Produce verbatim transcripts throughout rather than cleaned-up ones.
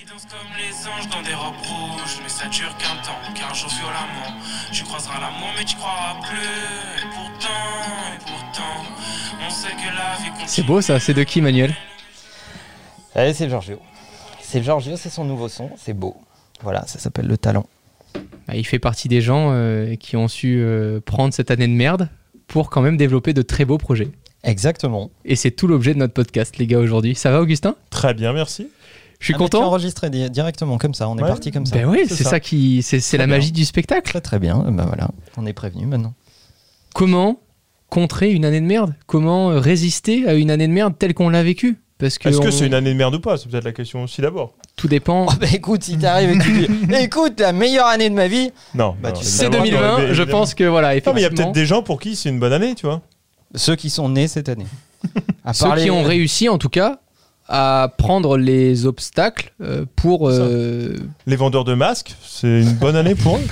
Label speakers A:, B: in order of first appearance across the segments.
A: Qui dansent comme les anges dans des robes rouges, mais ça dure qu'un temps, qu'un jour violemment, tu croiseras l'amour mais tu croiras plus. Et pourtant, et pourtant, on sait que la vie continue.
B: C'est beau ça, c'est de qui Manuel?
C: Allez, c'est Giorgio. C'est Giorgio, c'est son nouveau son, c'est beau. Voilà, ça s'appelle Le Talent.
B: Bah, il fait partie des gens euh, qui ont su euh, prendre cette année de merde pour quand même développer de très beaux projets.
C: Exactement.
B: Et c'est tout l'objet de notre podcast, les gars, aujourd'hui. Ça va, Augustin?
D: Très bien, merci.
B: Je suis
C: ah,
B: content.
C: Tu as enregistré di- directement comme ça, on est
D: ouais.
C: parti comme ça.
B: Ben oui,
D: c'est
B: c'est
D: ça.
B: ça qui, c'est, c'est la
C: bien.
B: magie du spectacle.
C: Très très bien, ben voilà, on est prévenu maintenant.
B: Comment contrer une année de merde? Comment euh, résister à une année de merde telle qu'on l'a vécue? Parce que
D: Est-ce que
B: on-
D: c'est une année de merde ou pas? C'est peut-être la question aussi d'abord.
B: tout dépend.
C: Oh, bah écoute, si t'arrives et que tu dis écoute, la meilleure année de ma vie,
D: Non.
C: Bah,
D: non,
C: tu-
B: C'est
D: évidemment,
B: deux mille vingt,
D: non,
B: je
D: évidemment.
B: pense que voilà,
D: Non, mais il y a
B: effectivement,
D: peut-être des gens pour qui c'est une bonne année, tu vois.
C: ceux qui sont nés cette année. À
B: ceux
C: parler-
B: qui ont réussi en tout cas à prendre les obstacles euh, pour...
D: C'est ça.
B: euh,
D: Les vendeurs de masques, c'est une bonne année pour eux.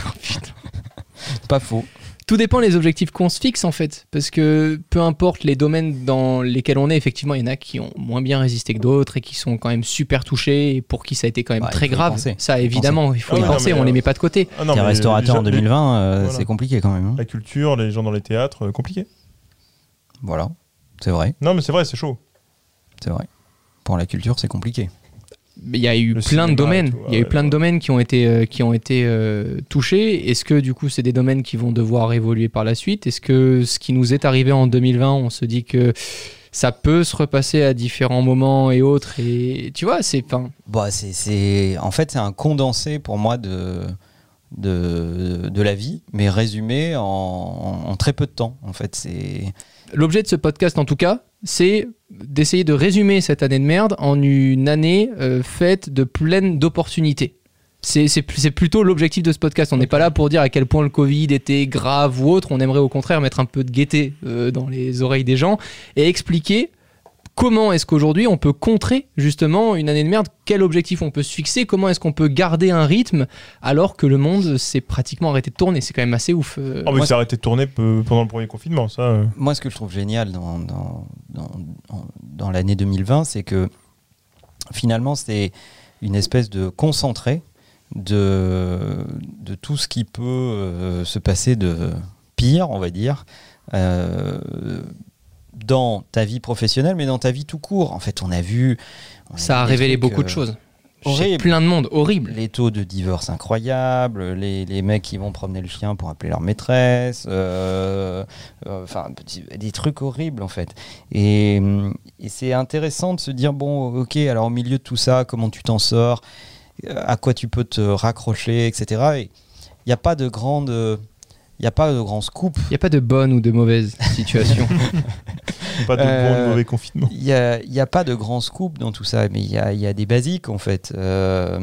C: Pas faux.
B: Tout dépend des objectifs qu'on se fixe en fait, parce que peu importe les domaines dans lesquels on est, effectivement, il y en a qui ont moins bien résisté que d'autres et qui sont quand même super touchés et pour qui ça a été quand même
C: Bah, il
B: très
C: faut y
B: grave.
C: penser.
B: Ça,
C: Faut y
B: évidemment, il faut
D: Ah
B: y
D: ouais, non,
B: penser,
D: mais,
B: on les
D: euh,
B: met pas de côté.
D: Ah non,
C: T'es
D: mais
C: restaurateur
D: les-
C: en deux mille vingt, euh,
D: voilà.
C: c'est compliqué quand même. hein.
D: La culture, les gens dans les théâtres, euh, compliqué.
C: Voilà, c'est vrai,
D: Non, mais c'est vrai, c'est chaud.
C: c'est vrai. Pour la culture, c'est compliqué.
B: Mais il y a eu
D: Le
B: plein de
D: cinéma et
B: domaines,
D: tout,
B: il y a eu
D: ouais,
B: plein de
D: ouais.
B: domaines qui ont été, euh, qui ont été euh, touchés. Est-ce que du coup c'est des domaines qui vont devoir évoluer par la suite? Est-ce que ce qui nous est arrivé en deux mille vingt, on se dit que ça peut se repasser à différents moments et autres, et tu vois, c'est... Fin,
C: Bah, c'est, c'est... En fait, c'est un condensé pour moi de, de, de la vie, mais résumé en, en très peu de temps. En fait, c'est...
B: l'objet de ce podcast, en tout cas, c'est d'essayer de résumer cette année de merde en une année euh, faite de pleine d'opportunités. C'est, c'est, c'est plutôt l'objectif de ce podcast. On n'est pas là pour dire à quel point le Covid était grave ou autre. On aimerait au contraire mettre un peu de gaieté euh, dans les oreilles des gens et expliquer comment est-ce qu'aujourd'hui on peut contrer justement une année de merde, quel objectif on peut se fixer, comment est-ce qu'on peut garder un rythme alors que le monde s'est pratiquement arrêté de tourner. C'est quand même assez ouf. euh.
D: Oh, mais
C: Moi,
D: c'est arrêté de tourner peu- pendant le premier confinement, ça. euh.
C: Moi, ce que je trouve génial dans, dans, dans, dans- dans l'année deux mille vingt, c'est que finalement, c'est une espèce de concentré de, de tout ce qui peut euh, se passer de pire, on va dire, euh, dans ta vie professionnelle, mais dans ta vie tout court. En fait, on a vu... on
B: Ça a
C: vu des
B: révélé
C: trucs,
B: beaucoup de
C: euh,
B: choses. Chez
C: horribles.
B: plein de monde, horrible.
C: Les taux de divorce incroyables, les, les mecs qui vont promener le chien pour appeler leur maîtresse, euh, euh, enfin petit- des trucs horribles en fait. Et, hum, et c'est intéressant de se dire bon, ok, alors au milieu de tout ça, comment tu t'en sors, euh, à quoi tu peux te raccrocher, et cetera. Et il n'y a pas de grande, il n'y a pas de grand scoop.
B: Il n'y a pas de bonne ou de mauvaise situation.
D: Pas de
C: Euh,
D: bon ou de mauvais confinement.
C: Il n'y a, il y a pas de grand scoop dans tout ça, mais il y a, il y a des basiques en fait. Euh,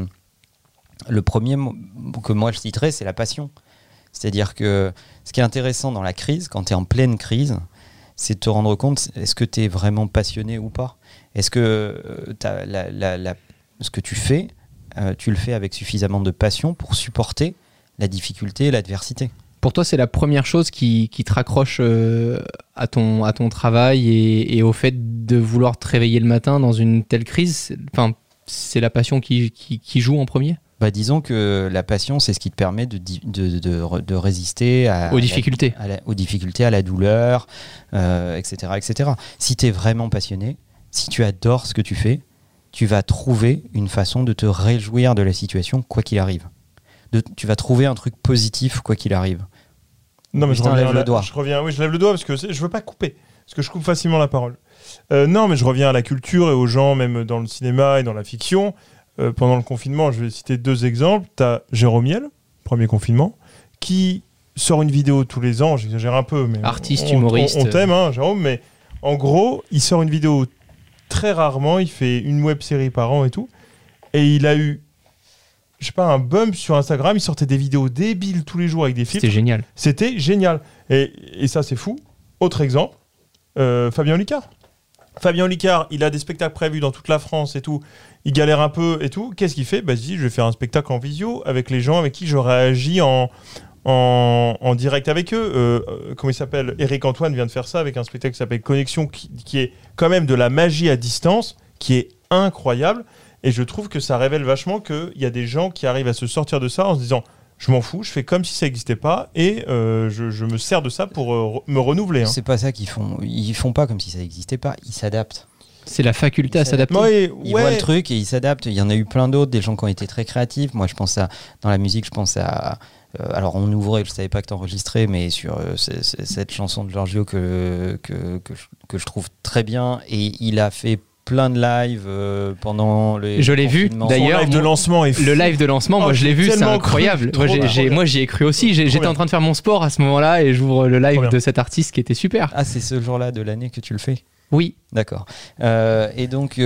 C: le premier mo- que moi je citerai, c'est la passion. C'est-à-dire que ce qui est intéressant dans la crise, quand tu es en pleine crise, c'est de te rendre compte, est-ce que tu es vraiment passionné ou pas? Est-ce que euh, t'as la- la- la- ce que tu fais, euh, tu le fais avec suffisamment de passion pour supporter la difficulté et l'adversité?
B: Pour toi, c'est la première chose qui, qui te raccroche euh, à, ton, à ton travail et, et au fait de vouloir te réveiller le matin dans une telle crise. C'est- Enfin, c'est la passion qui, qui, qui joue en premier
C: Bah, disons que la passion, c'est ce qui te permet de, di- de, de, de résister à,
B: aux
C: à la-
B: difficultés.
C: à la- aux difficultés, à la douleur, euh, et cetera, et cetera. Si tu es vraiment passionné, si tu adores ce que tu fais, tu vas trouver une façon de te réjouir de la situation, quoi qu'il arrive. De, tu vas trouver un truc positif, quoi qu'il arrive.
D: Non, mais je
C: Putain,
D: reviens,
C: lève le
D: là-
C: doigt.
D: je reviens. Oui, je lève le doigt parce que c'est- je veux pas couper, parce que je coupe facilement la parole. Euh, non, mais je reviens à la culture et aux gens, même dans le cinéma et dans la fiction. Euh, pendant le confinement, je vais citer deux exemples. Tu as Jérôme Niel, premier confinement, qui sort une vidéo tous les ans. J'exagère un peu, mais
B: Artiste,
D: on, on-
B: humoriste.
D: On, on t'aime, hein, Jérôme, mais en gros, il sort une vidéo très rarement. Il fait une web série par an et tout, et il a eu, je sais pas, un bump sur Instagram. Il sortait des vidéos débiles tous les jours avec des filtres.
B: C'était génial.
D: C'était génial. Et, et ça, c'est fou. Autre exemple, euh, Fabien Licard. Fabien Licard, il a des spectacles prévus dans toute la France et tout. Il galère un peu et tout. Qu'est-ce qu'il fait? Bah, il se dit, je vais faire un spectacle en visio avec les gens avec qui je réagis en, en, en direct avec eux. Euh, euh, comment il s'appelle? Eric Antoine vient de faire ça avec un spectacle qui s'appelle Connexion, qui, qui est quand même de la magie à distance, qui est incroyable. Et je trouve que ça révèle vachement qu'il y a des gens qui arrivent à se sortir de ça en se disant je m'en fous, je fais comme si ça n'existait pas et euh, je, je me sers de ça pour euh, me renouveler. Hein.
C: C'est pas ça qu'ils font. Ils font pas comme si ça n'existait pas. Ils s'adaptent.
B: C'est la faculté à s'adapter.
D: Ouais,
C: Ils
D: ouais.
C: voient le truc et ils s'adaptent. Il y en a eu plein d'autres, des gens qui ont été très créatifs. Moi, je pense à dans la musique, je pense à. Euh, alors, on ouvrait, je savais pas que t'enregistrais, mais sur euh, c'est, c'est cette chanson de Giorgio que que que je, que je trouve très bien et il a fait plein de lives euh, pendant les
B: Je l'ai vu,
C: confinements.
B: d'ailleurs.
D: Son live de lancement est fou.
B: Le live de lancement,
D: Oh,
B: moi je l'ai
D: j'ai
B: vu, c'est
D: tellement
B: incroyable.
D: cru,
B: Moi,
D: trop
B: j'ai,
D: bien,
B: j'ai-
D: trop
B: moi j'y ai cru aussi. J'ai-
D: Trop
B: j'étais
D: bien.
B: en train de faire mon sport à ce moment-là et j'ouvre le
D: Trop
B: live
D: bien.
B: de cet artiste qui était super.
C: Ah, c'est ce jour-là de l'année que tu le fais.
B: Oui.
C: D'accord. Euh, et donc,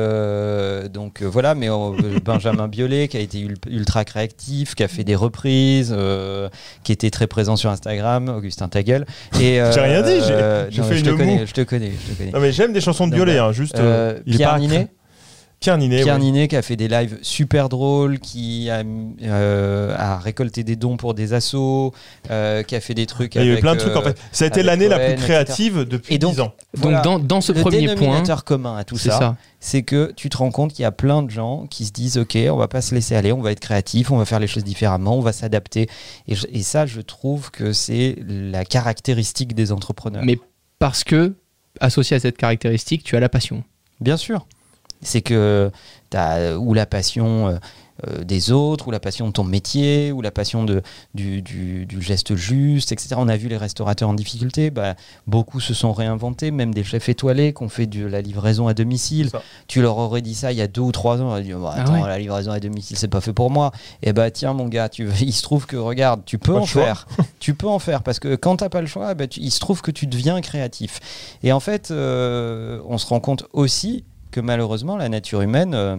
C: euh, donc euh, voilà, mais euh, Benjamin Biolay, qui a été ul- ultra créatif, qui a fait des reprises, euh, qui était très présent sur Instagram, Augustin ta gueule. Et, euh,
D: J'ai rien dit, j'ai-
C: euh,
D: j'ai
C: non,
D: fait
C: je te
D: une
C: connais,
D: moue.
C: je te connais, je te connais.
D: Non mais j'aime des chansons de
C: Donc,
D: Biolay,
C: bah,
D: hein, juste.
C: Euh,
D: euh, il est
C: Pierre
D: pas-
C: Ninet.
D: Pierre Ninet.
C: Pierre
D: ouais.
C: Ninet qui a fait des lives super drôles, qui a, euh, a récolté des dons pour des assos, euh, qui a fait des trucs
D: Il y a eu
C: avec,
D: plein de trucs en
C: euh,
D: fait. Ça a été
C: avec
D: l'année la
C: Cohen,
D: plus
C: et cetera.
D: créative depuis
C: Et donc,
D: dix ans.
B: Donc
C: Voilà.
B: dans, dans ce
C: le
B: premier point,
C: dénominateur commun à tout
B: c'est
C: ça,
B: ça.
C: c'est que tu te rends compte qu'il y a plein de gens qui se disent ok, on va pas se laisser aller, on va être créatif, on va faire les choses différemment, on va s'adapter. Et, je- et ça, je trouve que c'est la caractéristique des entrepreneurs.
B: Mais parce que, associé à cette caractéristique, tu as la passion.
C: Bien sûr. C'est que tu as ou la passion euh, euh, des autres, ou la passion de ton métier, ou la passion de, du, du, du geste juste, et cetera. On a vu les restaurateurs en difficulté, bah, beaucoup se sont réinventés, même des chefs étoilés qui ont fait de la livraison à domicile.
D: Ça.
C: Tu leur aurais dit ça il y a deux ou trois ans, on aurait dit bah,
B: Ah
C: attends,
B: ouais.
C: la livraison à domicile, c'est pas fait pour moi. Et bah tiens mon gars, tu, il se trouve que regarde, tu peux
D: Pas
C: en
D: le choix.
C: faire. Tu peux en faire parce que quand t'as pas le choix, bah, tu- il se trouve que tu deviens créatif. Et en fait, euh, on se rend compte aussi que malheureusement, la nature humaine euh,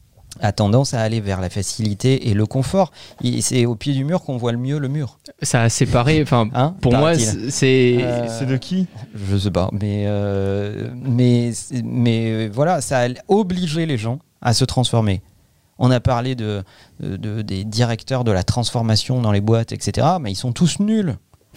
C: a tendance à aller vers la facilité et le confort. Et c'est au pied du mur qu'on voit le mieux le mur.
B: Ça a séparé. Enfin,
C: Hein,
B: pour moi,
C: paraît-il.
B: c'est. c'est-
C: Euh,
D: C'est de qui?
C: Je sais pas, mais, euh, mais, mais voilà, ça a obligé les gens à se transformer. On a parlé de, de- de- des directeurs de la transformation dans les boîtes, et cetera. Mais ils sont tous nuls.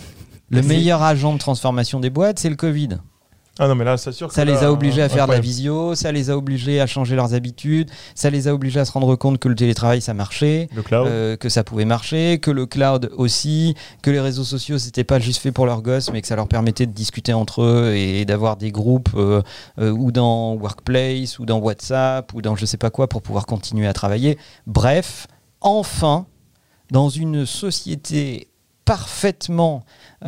C: Le
D: C'est-
C: meilleur agent de transformation des boîtes, c'est le Covid.
D: Ah non mais là, c'est sûr que
C: Ça
D: là,
C: les a obligés à faire de la
D: incroyable.
C: visio, ça les a obligés à changer leurs habitudes, ça les a obligés à se rendre compte que le télétravail ça marchait,
D: Le cloud.
C: euh, que ça pouvait marcher, que le cloud aussi, que les réseaux sociaux c'était pas juste fait pour leurs gosses mais que ça leur permettait de discuter entre eux et d'avoir des groupes euh, euh, ou dans Workplace ou dans WhatsApp ou dans je sais pas quoi pour pouvoir continuer à travailler. Bref, enfin, dans une société parfaitement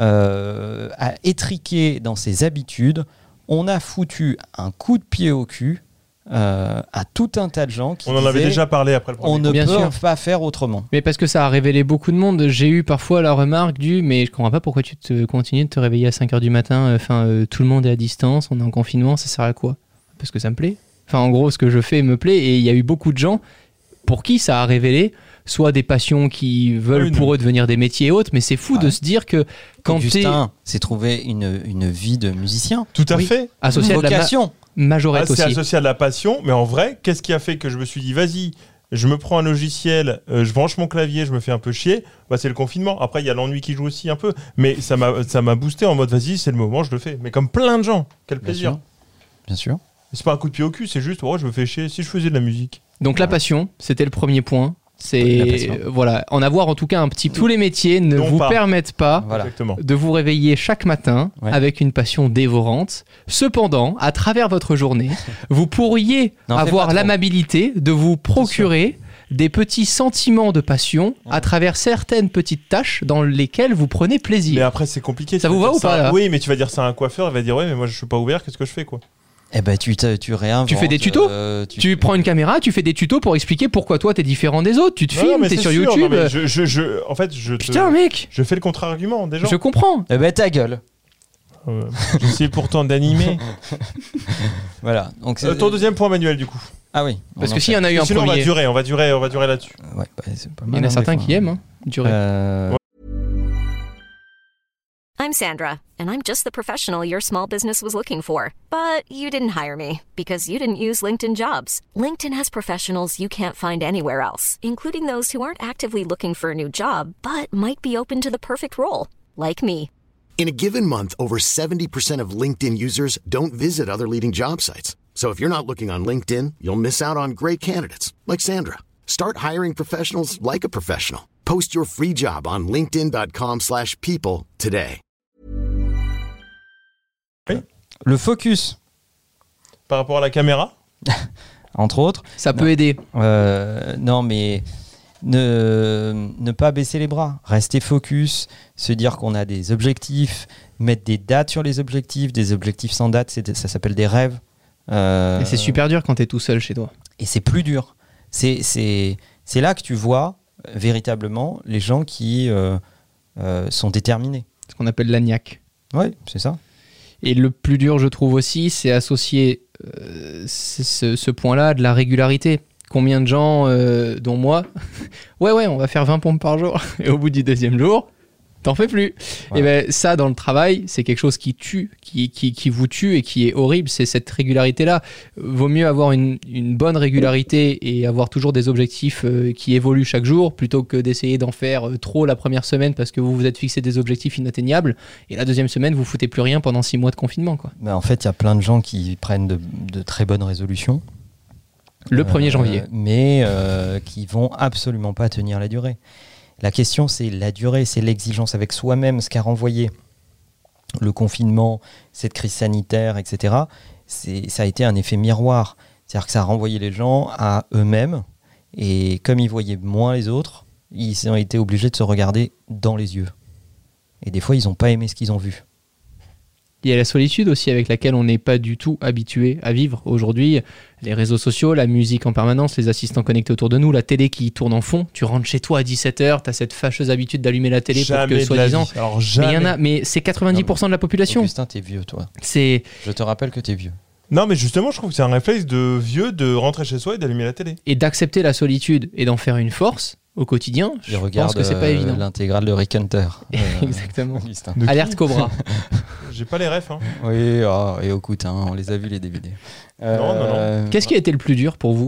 C: euh, à étriquer dans ses habitudes, on a foutu un coup de pied au cul euh, à tout un tas de gens qui
D: On en avait
C: disaient,
D: déjà parlé après le premier.
C: on ne
B: Bien
C: peut
B: sûr.
C: pas faire autrement.
B: Mais parce que ça a révélé beaucoup de monde. J'ai eu parfois la remarque du mais je comprends pas pourquoi tu te continues de te réveiller à cinq heures du matin. Enfin, euh, tout le monde est à distance, on est en confinement, ça sert à quoi? Parce que ça me plaît. Enfin, en gros, ce que je fais me plaît. Et il y a eu beaucoup de gens pour qui ça a révélé soit des passions qui veulent
D: Oui, non.
B: pour eux devenir des métiers et autres. Mais c'est fou
C: Ouais.
B: de se dire que quand tu es
C: Augustin s'est trouvé une, une vie de musicien,
D: Tout à
B: Oui.
D: fait.
B: associé
C: une
B: à de la ma-
C: vocation.
B: majorette
D: Ah, c'est
B: aussi.
D: associé à de la passion, mais en vrai, qu'est-ce qui a fait que je me suis dit, vas-y, je me prends un logiciel, euh, je branche mon clavier, je me fais un peu chier, bah, c'est le confinement. Après, il y a l'ennui qui joue aussi un peu, mais ça m'a, ça m'a boosté en mode, vas-y, c'est le moment, je le fais. Mais comme plein de gens, quel
C: Bien
D: plaisir.
C: sûr. Bien sûr.
D: C'est pas un coup de pied au cul, c'est juste, oh, je me fais chier. Si je faisais de la musique.
B: Donc la passion, c'était le premier point.
C: La
B: C'est
C: passion.
B: euh, voilà, en avoir en tout cas un petit. Tous les métiers ne
D: Non
B: vous
D: pas.
B: permettent pas
C: Voilà.
D: Exactement.
B: de vous réveiller chaque matin
C: Ouais.
B: avec une passion dévorante. Cependant, à travers votre journée, vous pourriez
C: N'en fais
B: avoir
C: pas trop.
B: l'amabilité de vous procurer des petits sentiments de passion à travers certaines petites tâches dans lesquelles vous prenez
D: Mais
B: plaisir.
D: après, c'est compliqué.
B: Ça
D: Tu
B: vous
D: vas
B: va
D: dire
B: ou pas,
D: ça-
B: là
D: Oui, mais tu vas dire ça à un coiffeur, il va dire, ouais, mais moi, je suis pas ouvert, qu'est-ce que je fais, quoi?
C: Eh ben, tu, te- tu réinventes.
B: Tu fais des tutos
C: euh, tu,
B: Tu prends une caméra, tu fais des tutos pour expliquer pourquoi toi t'es différent des autres. Tu te
D: Non, non,
B: filmes,
D: mais
B: t'es
D: c'est
B: sur
D: sûr, non,
B: YouTube.
D: mais je, je, je- en fait, je, te-
B: Putain, mec,
D: je fais le contre-argument des gens.
B: je comprends.
C: Eh ben, ta gueule.
D: Euh, J'essaie pourtant d'animer.
C: Voilà. Donc, c'est-
D: Euh, ton deuxième point, Manuel, du coup.
C: Ah oui.
B: Parce
C: on
B: que
C: en
B: s'il y en a eu un
D: Sinon, on va
B: premier,
D: durer, on va durer, on va durer là-dessus.
C: fait. Ouais, bah, c'est pas
B: il y
C: mal,
B: en a
C: hein,
B: certains
C: des
B: qui
C: fois.
B: aiment hein, durer.
C: Euh,
E: I'm Sandra, and I'm just the professional your small business was looking for. But you didn't hire me because you didn't use LinkedIn Jobs. LinkedIn has professionals you can't find anywhere else, including those who aren't actively looking for a new job, but might be open to the perfect role, like me.
F: In a given month, over seventy percent of LinkedIn users don't visit other leading job sites. So if you're not looking on LinkedIn, you'll miss out on great candidates like Sandra. Start hiring professionals like a professional. Post your free job on linkedin.com slash people today.
D: Oui.
C: Le focus,
D: Par rapport à la caméra,
C: entre autres.
B: Ça peut
C: Non.
B: aider.
C: Euh, non, mais ne, ne pas baisser les bras. Rester focus, se dire qu'on a des objectifs, mettre des dates sur les objectifs, des objectifs sans date, c'est, ça s'appelle des rêves. Euh,
B: Et c'est super dur quand t'es tout seul chez toi.
C: Et c'est plus dur. C'est, c'est, c'est là que tu vois euh, véritablement les gens qui euh, euh, sont déterminés.
B: Ce qu'on appelle l'agnac.
C: Oui, c'est ça.
B: Et le plus dur, je trouve aussi, c'est associer euh, ce, ce- ce point-là de la régularité. Combien de gens, euh, dont moi, ouais, ouais, on va faire vingt pompes par jour. Et au bout du deuxième jour, t'en fais plus.
C: Ouais.
B: Et ben ça, dans le travail, c'est quelque chose qui tue, qui, qui, qui vous tue et qui est horrible. C'est cette régularité-là. Vaut mieux avoir une, une bonne régularité et avoir toujours des objectifs euh, qui évoluent chaque jour plutôt que d'essayer d'en faire euh, trop la première semaine parce que vous vous êtes fixé des objectifs inatteignables et la deuxième semaine, vous foutez plus rien pendant six mois de confinement, quoi.
C: Mais en fait, il y a plein de gens qui prennent de, de très bonnes résolutions.
B: Le premier
C: Euh,
B: janvier.
C: Mais euh, qui vont absolument pas tenir la durée. La question, c'est la durée, c'est l'exigence avec soi-même, ce qu'a renvoyé le confinement, cette crise sanitaire, et cetera. C'est, ça a été un effet miroir. C'est-à-dire que ça a renvoyé les gens à eux-mêmes. Et comme ils voyaient moins les autres, ils ont été obligés de se regarder dans les yeux. Et des fois, ils n'ont pas aimé ce qu'ils ont vu.
B: Il y a la solitude aussi avec laquelle on n'est pas du tout habitué à vivre aujourd'hui. Les réseaux sociaux, la musique en permanence, les assistants connectés autour de nous, la télé qui tourne en fond. Tu rentres chez toi à dix-sept heures, tu as cette fâcheuse habitude d'allumer la télé
D: jamais
B: pour que,
D: de la
B: soi-disant...
D: vie. Alors
B: Mais
D: jamais.
B: il y en a, mais c'est quatre-vingt-dix pour cent de la population.
C: Augustin, t'es vieux, toi.
B: C'est
C: Je te rappelle que t'es vieux.
D: Non, mais justement, je trouve que c'est un réflexe de vieux de rentrer chez soi et d'allumer la télé.
B: et d'accepter la solitude et d'en faire une force au quotidien. Je,
C: Je
B: pense
C: regarde
B: que c'est pas
C: euh,
B: évident.
C: l'intégrale de Rick Hunter. Euh,
B: Exactement.
C: Augustin.
D: De qui
B: Alerte Cobra.
D: J'ai pas les refs. Hein.
C: Oui, oh, et écoute, hein, on les a vus les D V D.
D: Non, non, non.
B: Qu'est-ce qui a été le plus dur pour vous?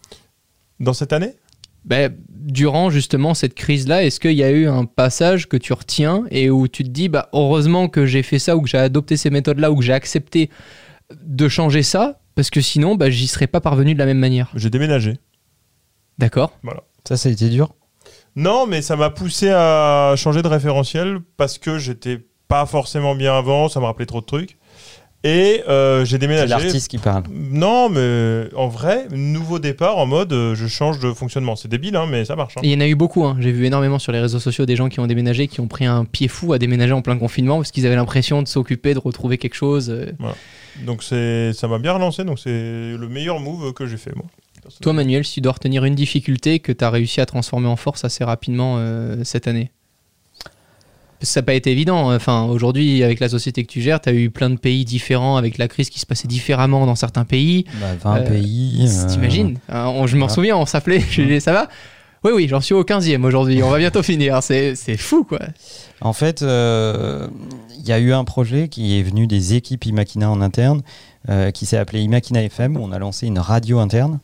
D: Dans cette année,
B: Ben, durant justement cette crise-là, est-ce qu'il y a eu un passage que tu retiens et où tu te dis, bah, heureusement que j'ai fait ça ou que j'ai adopté ces méthodes-là ou que j'ai accepté de changer ça, parce que sinon, bah, j'y serais pas parvenu de la même manière.
D: j'ai déménagé.
B: D'accord?
C: Ça, ça a été dur.
D: Non, mais ça m'a poussé à changer de référentiel parce que j'étais pas forcément bien avant, ça me rappelait trop de trucs. Et euh, j'ai
C: C'est
D: déménagé.
C: l'artiste qui parle.
D: Non, mais en vrai, nouveau départ en mode euh, je change de fonctionnement. C'est débile, hein, mais ça marche. hein.
B: Et il y en a eu beaucoup, hein. J'ai vu énormément sur les réseaux sociaux des gens qui ont déménagé, qui ont pris un pied fou à déménager en plein confinement parce qu'ils avaient l'impression de s'occuper, de retrouver quelque chose. euh.
D: Donc c'est, ça m'a bien relancé, donc c'est le meilleur move que j'ai fait, moi.
B: Toi, Manuel, si tu dois retenir une difficulté que tu as réussi à transformer en force assez rapidement euh, cette année. Parce que ça n'a pas été évident. Enfin, aujourd'hui, avec la société que tu gères, tu as eu plein de pays différents avec la crise qui se passait différemment dans certains pays.
C: Bah, vingt
B: Euh,
C: pays. euh,
B: T'imagines Hein, on- Je m'en
C: voilà.
B: souviens, on s'appelait. Je lui disais, ça va? Oui, oui, j'en suis au quinzième aujourd'hui. On va bientôt finir. C'est, c'est fou, quoi.
C: En fait, euh, il y a eu un projet qui est venu des équipes Imakina en interne, euh, qui s'est appelé Imakina F M, où on a lancé une radio interne,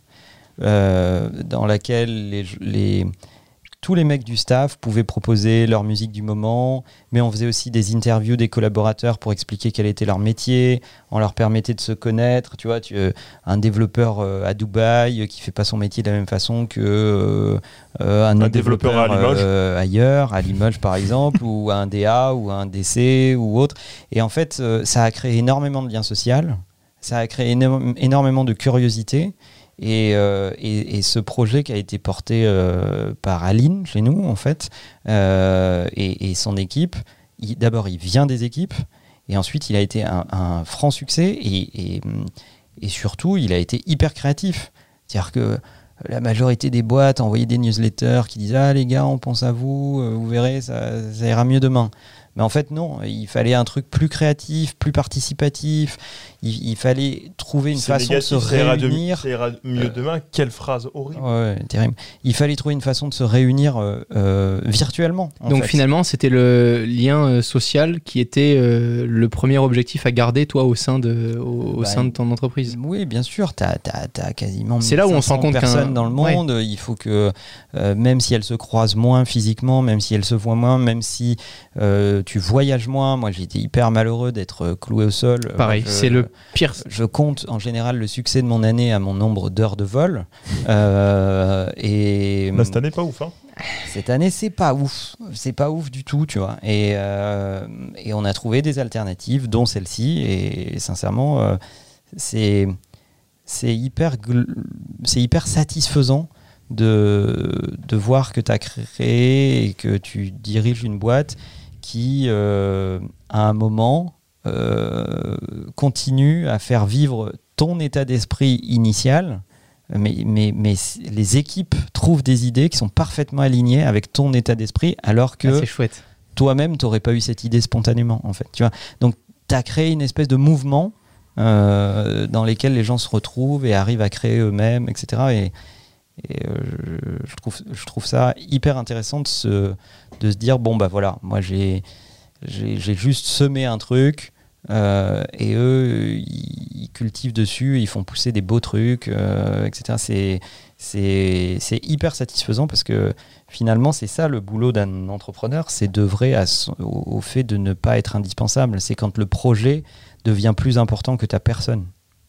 C: euh, dans laquelle les, les- tous les mecs du staff pouvaient proposer leur musique du moment, mais on faisait aussi des interviews des collaborateurs pour expliquer quel était leur métier, on leur permettait de se connaître. Tu vois, tu, euh, un développeur euh, à Dubaï euh, qui fait pas son métier de la même façon que euh, euh, un,
D: Un
C: autre
D: développeur à Limoges.
C: euh, ailleurs, à Limoges par exemple, ou un D A ou un D C ou autre. Et en fait, euh, ça a créé énormément de liens sociaux, ça a créé éno- énormément de curiosité. Et, euh, et, et ce projet qui a été porté euh, par Aline chez nous, en fait, euh, et, et son équipe, il- d'abord il vient des équipes, et ensuite il a été un, un franc succès, et, et, et surtout il a été hyper créatif. C'est-à-dire que la majorité des boîtes envoyaient des newsletters qui disaient « Ah les gars, on pense à vous, euh, vous verrez, ça, ça ira mieux demain ». Mais en fait, non, il fallait un truc plus créatif, plus participatif. Il, il fallait trouver une
D: C'est
C: façon
D: négatif,
C: de se
D: ça ira de-
C: réunir.
D: ça ira mieux demain. Quelle phrase horrible.
C: Ouais, terrible. Il fallait trouver une façon de se réunir euh, euh, virtuellement. en
B: Donc
C: fait.
B: finalement, c'était le lien euh, social qui était euh, le premier objectif à garder, toi, au sein de, au, au
C: Bah,
B: sein de ton entreprise.
C: Oui, bien sûr, tu as quasiment
B: C'est là où on se rend
C: mille cinq cents
B: compte qu'un-
C: personnes dans le
B: ouais.
C: monde. Il faut que, euh, même si elles se croisent moins physiquement, même si elles se voient moins, même si euh, euh, tu voyages moins. Moi, j'ai été hyper malheureux d'être cloué au sol.
B: Pareil,
C: Moi, je,
B: c'est le pire.
C: Je compte en général le succès de mon année à mon nombre d'heures de vol. Euh, et
D: Là, cette année, pas ouf. Hein.
C: Cette année, c'est pas ouf. C'est pas ouf du tout, tu vois. Et, euh, et on a trouvé des alternatives, dont celle-ci. Et sincèrement, euh, c'est, c'est, hyper, gl- c'est hyper satisfaisant de, de voir que tu as créé et que tu diriges une boîte qui, euh, à un moment, euh, continue à faire vivre ton état d'esprit initial. Mais, mais, mais les équipes trouvent des idées qui sont parfaitement alignées avec ton état d'esprit, alors que
B: Ah, c'est chouette.
C: toi-même, tu n'aurais pas eu cette idée spontanément, en fait. Tu vois. Donc, tu as créé une espèce de mouvement euh, dans lequel les gens se retrouvent et arrivent à créer eux-mêmes, et cetera. Et, et euh, je, je, trouve, je trouve ça hyper intéressant de se, de se dire, bon, bah voilà, moi, j'ai, j'ai, j'ai juste semé un truc. Euh, et eux, ils, ils cultivent dessus, ils font pousser des beaux trucs, euh, et cetera. C'est, c'est, c'est hyper satisfaisant parce que finalement, c'est ça le boulot d'un entrepreneur, c'est d'œuvrer à, au, au fait de ne pas être indispensable. C'est quand le projet devient plus important que ta personne.